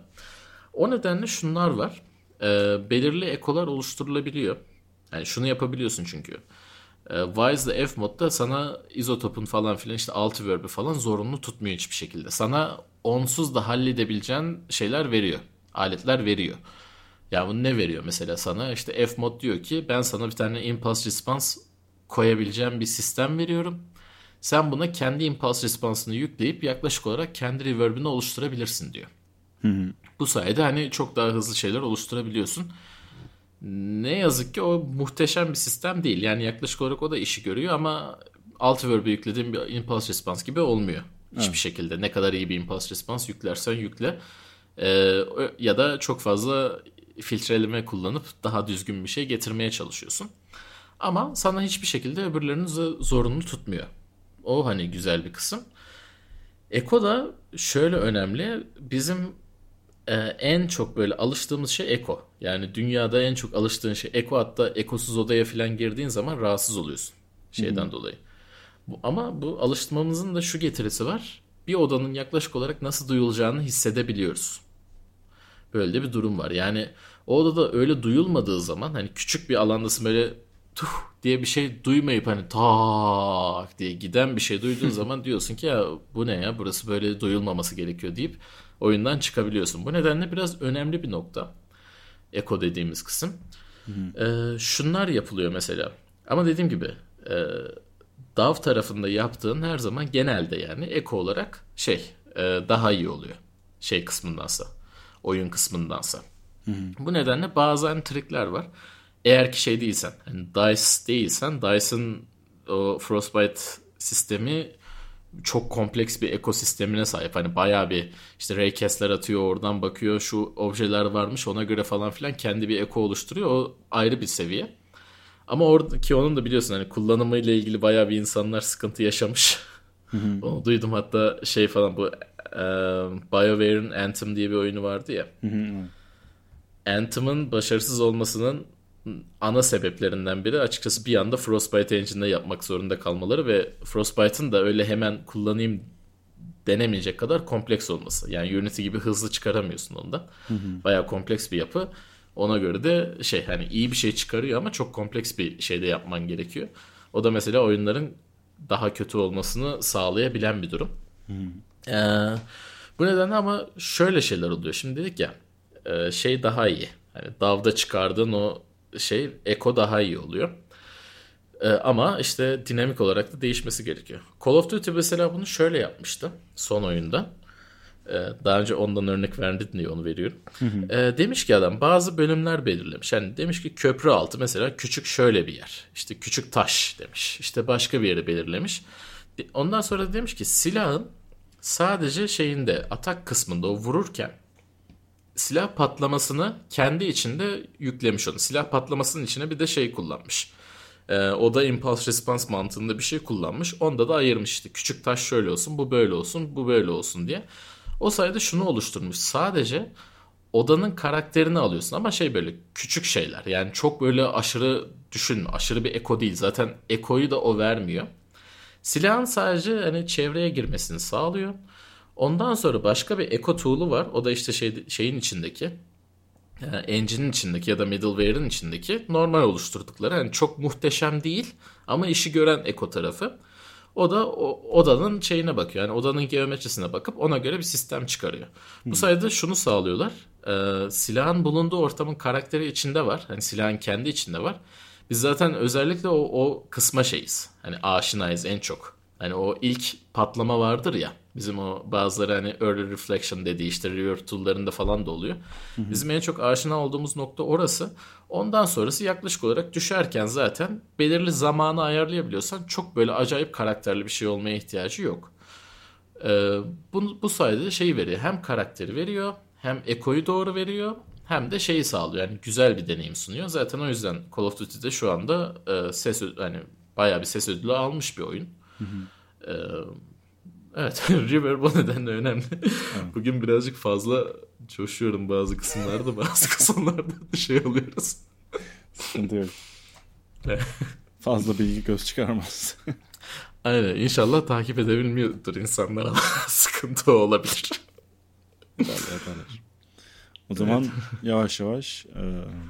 O nedenle şunlar var. E, belirli ekolar oluşturulabiliyor. Yani şunu yapabiliyorsun çünkü. E, Wise'da F-Mod'da sana izotopun falan filan işte altiverb'i falan zorunlu tutmuyor hiçbir şekilde. Sana onsuz da halledebileceğin şeyler veriyor. Aletler veriyor. Ya bu ne veriyor mesela sana? İşte F-Mod diyor ki ben sana bir tane impulse response koyabileceğim bir sistem veriyorum. Sen buna kendi impulse response'ını yükleyip yaklaşık olarak kendi reverb'ini oluşturabilirsin diyor. Hı hı. Bu sayede hani çok daha hızlı şeyler oluşturabiliyorsun. Ne yazık ki o muhteşem bir sistem değil. Yani yaklaşık olarak o da işi görüyor ama altiverb'e yüklediğin bir impulse response gibi olmuyor. Hiçbir Evet. şekilde. Ne kadar iyi bir impulse response yüklersen yükle. Ee, ya da çok fazla filtreleme kullanıp daha düzgün bir şey getirmeye çalışıyorsun. Ama sana hiçbir şekilde öbürlerini zorunlu tutmuyor. O hani güzel bir kısım. Eko da şöyle önemli. Bizim e, en çok böyle alıştığımız şey eko. Yani dünyada en çok alıştığın şey eko. Hatta ekosuz odaya falan girdiğin zaman rahatsız oluyorsun şeyden Hı-hı. dolayı. Bu, ama bu alıştırmamızın da şu getirisi var. Bir odanın yaklaşık olarak nasıl duyulacağını hissedebiliyoruz. Böyle de bir durum var. Yani o odada öyle duyulmadığı zaman hani küçük bir alandasın böyle tuh diye bir şey duymayıp hani tak diye giden bir şey duyduğun zaman diyorsun ki ya bu ne ya, burası böyle duyulmaması gerekiyor deyip oyundan çıkabiliyorsun. Bu nedenle biraz önemli bir nokta eko dediğimiz kısım. Ee, şunlar yapılıyor mesela. Ama dediğim gibi e, D A V tarafında yaptığın her zaman genelde yani eko olarak şey e, daha iyi oluyor. Şey kısmındansa, oyun kısmındansa. Hı hı. Bu nedenle bazen trikler var. Eğer ki şey değilsen, yani DICE değilsen, DICE'ın o Frostbite sistemi çok kompleks bir ekosistemine sahip. Hani bayağı bir işte raycast'ler atıyor, oradan bakıyor, şu objeler varmış ona göre falan filan kendi bir eko oluşturuyor. O ayrı bir seviye. Ama oradaki onun da biliyorsun hani kullanımıyla ilgili bayağı bir insanlar sıkıntı yaşamış. Hı hı. Onu duydum hatta şey falan, bu Ee, BioWare'in Anthem diye bir oyunu vardı ya. Anthem'ın başarısız olmasının ana sebeplerinden biri açıkçası bir anda Frostbite Engine'de yapmak zorunda kalmaları ve Frostbite'ın da öyle hemen kullanayım denemeyecek kadar kompleks olması. Yani Unity gibi hızlı çıkaramıyorsun ondan. Hı hı. Bayağı kompleks bir yapı. Ona göre de şey hani iyi bir şey çıkarıyor ama çok kompleks bir şey de yapman gerekiyor. O da mesela oyunların daha kötü olmasını sağlayabilen bir durum. Hı hı. Ee, bu nedenle ama şöyle şeyler oluyor. Şimdi dedik ya şey daha iyi. Hani D A V'da çıkardığın o şey Echo daha iyi oluyor. Ee, ama işte dinamik olarak da değişmesi gerekiyor. Call of Duty mesela bunu şöyle yapmıştı son oyunda. Ee, daha önce ondan örnek verdin diye onu veriyorum. Hı hı. Ee, demiş ki adam bazı bölümler belirlemiş. Yani demiş ki köprü altı mesela küçük şöyle bir yer. İşte küçük taş demiş. İşte başka bir yeri belirlemiş. Ondan sonra demiş ki silahın sadece şeyinde atak kısmında o vururken silah patlamasını kendi içinde yüklemiş onu. Silah patlamasının içine bir de şey kullanmış. Ee, o da impulse response mantığında bir şey kullanmış. Onda da ayırmış işte. Küçük taş şöyle olsun, bu böyle olsun, bu böyle olsun diye. O sayede şunu oluşturmuş. Sadece odanın karakterini alıyorsun ama şey böyle küçük şeyler. Yani çok böyle aşırı düşünme. Aşırı bir eko değil. Zaten ekoyu da o vermiyor. Silahın sadece hani çevreye girmesini sağlıyor. Ondan sonra başka bir Echo Tool'u var. O da işte şey, şeyin içindeki, yani engine'in içindeki ya da middleware'in içindeki normal oluşturdukları. Yani çok muhteşem değil ama işi gören Echo tarafı. O da o, odanın şeyine bakıyor. Yani odanın geometrisine bakıp ona göre bir sistem çıkarıyor. Hmm. Bu sayede şunu sağlıyorlar. Ee, silahın bulunduğu ortamın karakteri içinde var. Hani silahın kendi içinde var. Biz zaten özellikle o, o kısma şeyiz. Hani aşinayız en çok. Hani o ilk patlama vardır ya. Bizim o bazıları hani early reflection dediği işte reverb tool'larında falan da oluyor. Hı hı. Bizim en çok aşina olduğumuz nokta orası. Ondan sonrası yaklaşık olarak düşerken zaten belirli zamanı ayarlayabiliyorsan çok böyle acayip karakterli bir şey olmaya ihtiyacı yok. Ee, bu, bu sayede şeyi veriyor. Hem karakteri veriyor, hem ekoyu doğru veriyor, hem de şeyi sağlıyor. Yani güzel bir deneyim sunuyor. Zaten o yüzden Call of Duty'de şu anda e, ses hani bayağı bir ses ödülü almış bir oyun. Hı hı. Ee, evet, Reverb o nedenle önemli. Evet. Bugün birazcık fazla coşuyorum bazı kısımlarda, bazı kısımlarda şey oluyoruz. Sıkıntı yok. Fazla bilgi göz çıkarmaz. Aynen, inşallah takip edebilmiyordur insanlar ama sıkıntı olabilir. O zaman evet. yavaş yavaş e,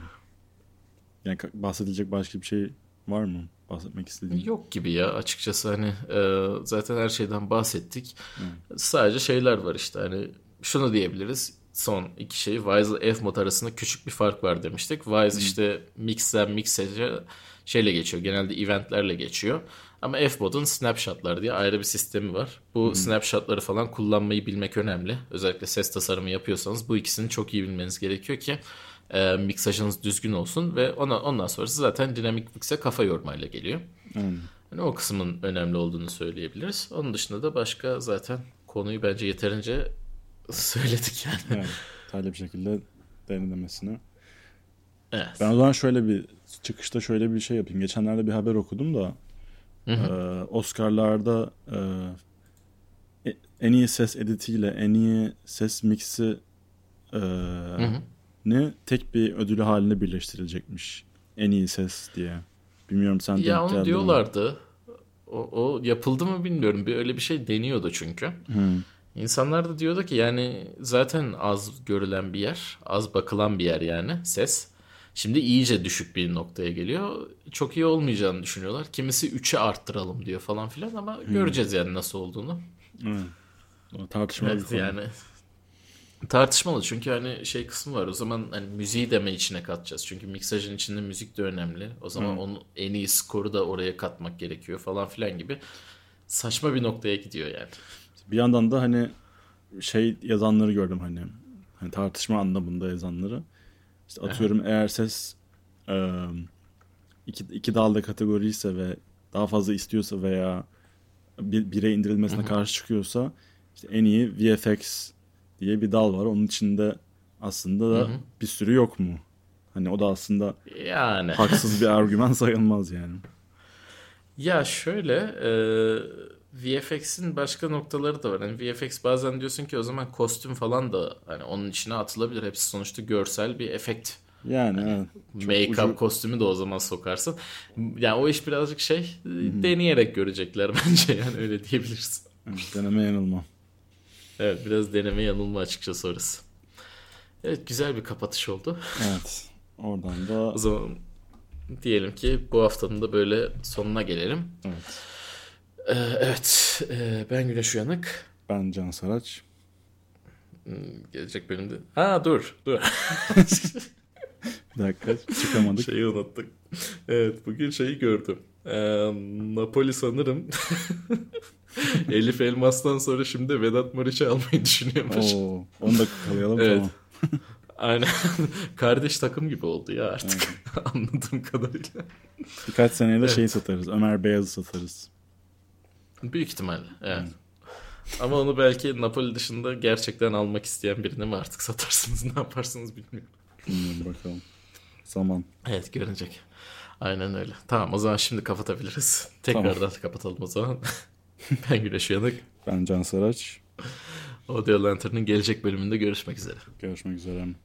yani bahsedilecek başka bir şey var mı? Bahsetmek istediğin? Yok gibi ya açıkçası hani e, zaten her şeyden bahsettik. Hmm. Sadece şeyler var işte hani şunu diyebiliriz. Son iki şey Wise ile F-Mod arasında küçük bir fark var demiştik. Wise hmm. işte mix'ten mix'e şeyle geçiyor. Genelde eventlerle geçiyor. Ama F-Mod'un snapshotlar diye ayrı bir sistemi var. Bu hmm. snapshotları falan kullanmayı bilmek önemli. Özellikle ses tasarımı yapıyorsanız bu ikisini çok iyi bilmeniz gerekiyor ki e, miksajınız düzgün olsun ve ona, ondan sonrası zaten dinamik mix'e kafa yormayla geliyor. Hmm. Yani o kısmın önemli olduğunu söyleyebiliriz. Onun dışında da başka zaten konuyu bence yeterince söyledik yani. Evet, detaylı bir şekilde derinlemesine. Evet. Ben o zaman şöyle bir çıkışta şöyle bir şey yapayım. Geçenlerde bir haber okudum da hı hı. E, Oscar'larda e, en iyi ses editiyle en iyi ses mixi e, ne tek bir ödülü halinde birleştirilecekmiş. En iyi ses diye. Bilmiyorum sen ya onu geldin diyorlardı. Mi? O, o yapıldı mı bilmiyorum. Bir öyle bir şey deniyordu çünkü. Hmm. İnsanlar da diyordu ki yani zaten az görülen bir yer, az bakılan bir yer yani ses. Şimdi iyice düşük bir noktaya geliyor. Çok iyi olmayacağını düşünüyorlar. Kimisi üçe arttıralım diyor falan filan ama hmm. göreceğiz yani nasıl olduğunu. Hmm. Tartışmalı evet, yani tartışmalı çünkü hani şey kısmı var. O zaman hani müziği de mi içine katacağız? Çünkü miksajın içinde müzik de önemli. O zaman hmm. onun en iyi skoru da oraya katmak gerekiyor falan filan gibi saçma bir noktaya gidiyor yani. Bir yandan da hani şey yazanları gördüm hani, hani tartışma anlamında yazanları. İşte atıyorum Aha. eğer ses e, iki, iki dalda kategori ise ve daha fazla istiyorsa veya bir, bire indirilmesine Aha. karşı çıkıyorsa işte en iyi V F X diye bir dal var. Onun içinde aslında da Aha. bir sürü yok mu? Hani o da aslında yani haksız bir argüman sayılmaz yani. Ya şöyle e, V F X'in başka noktaları da var. Hani V F X bazen diyorsun ki o zaman kostüm falan da hani onun içine atılabilir. Hepsi sonuçta görsel bir efekt. Yani evet. Make-up ucu... kostümü de o zaman sokarsın. Yani o iş birazcık şey Hı-hı. deneyerek görecekler bence, yani öyle diyebilirsin. Evet, deneme yanılma. Evet, biraz deneme yanılma açıkçası orası. Evet, güzel bir kapatış oldu. Evet, oradan da... O zaman diyelim ki bu haftanın da böyle sonuna gelelim. Evet. Ee, evet, ee, ben Güneş Uyanık. Ben Can Saraç. Hmm, gelecek bölümde... Ha dur, dur. Bir dakika, çıkamadık. Şeyi unuttuk. Evet, bugün şeyi gördüm. Ee, Napoli sanırım Elif Elmas'tan sonra şimdi Vedat Muriç'i almayı düşünüyormuş. Oo, onu da kalayalım, evet. Tamam. Aynen. Kardeş takım gibi oldu ya artık. Anladığım kadarıyla. Birkaç seneye de evet. şeyi satarız. Ömer Beyaz'ı satarız. Büyük ihtimalle. Evet. Hmm. Ama onu belki Napoli dışında gerçekten almak isteyen birine mi artık satarsınız, ne yaparsınız bilmiyorum. Bilmiyorum, bakalım. Zaman. Evet, görünecek. Aynen öyle. Tamam, o zaman şimdi kapatabiliriz. Tekrardan tamam. kapatalım o zaman. Ben Güneş Uyanık. Ben Can Saraç. Audio Lantern'ın gelecek bölümünde görüşmek üzere. Görüşmek üzere.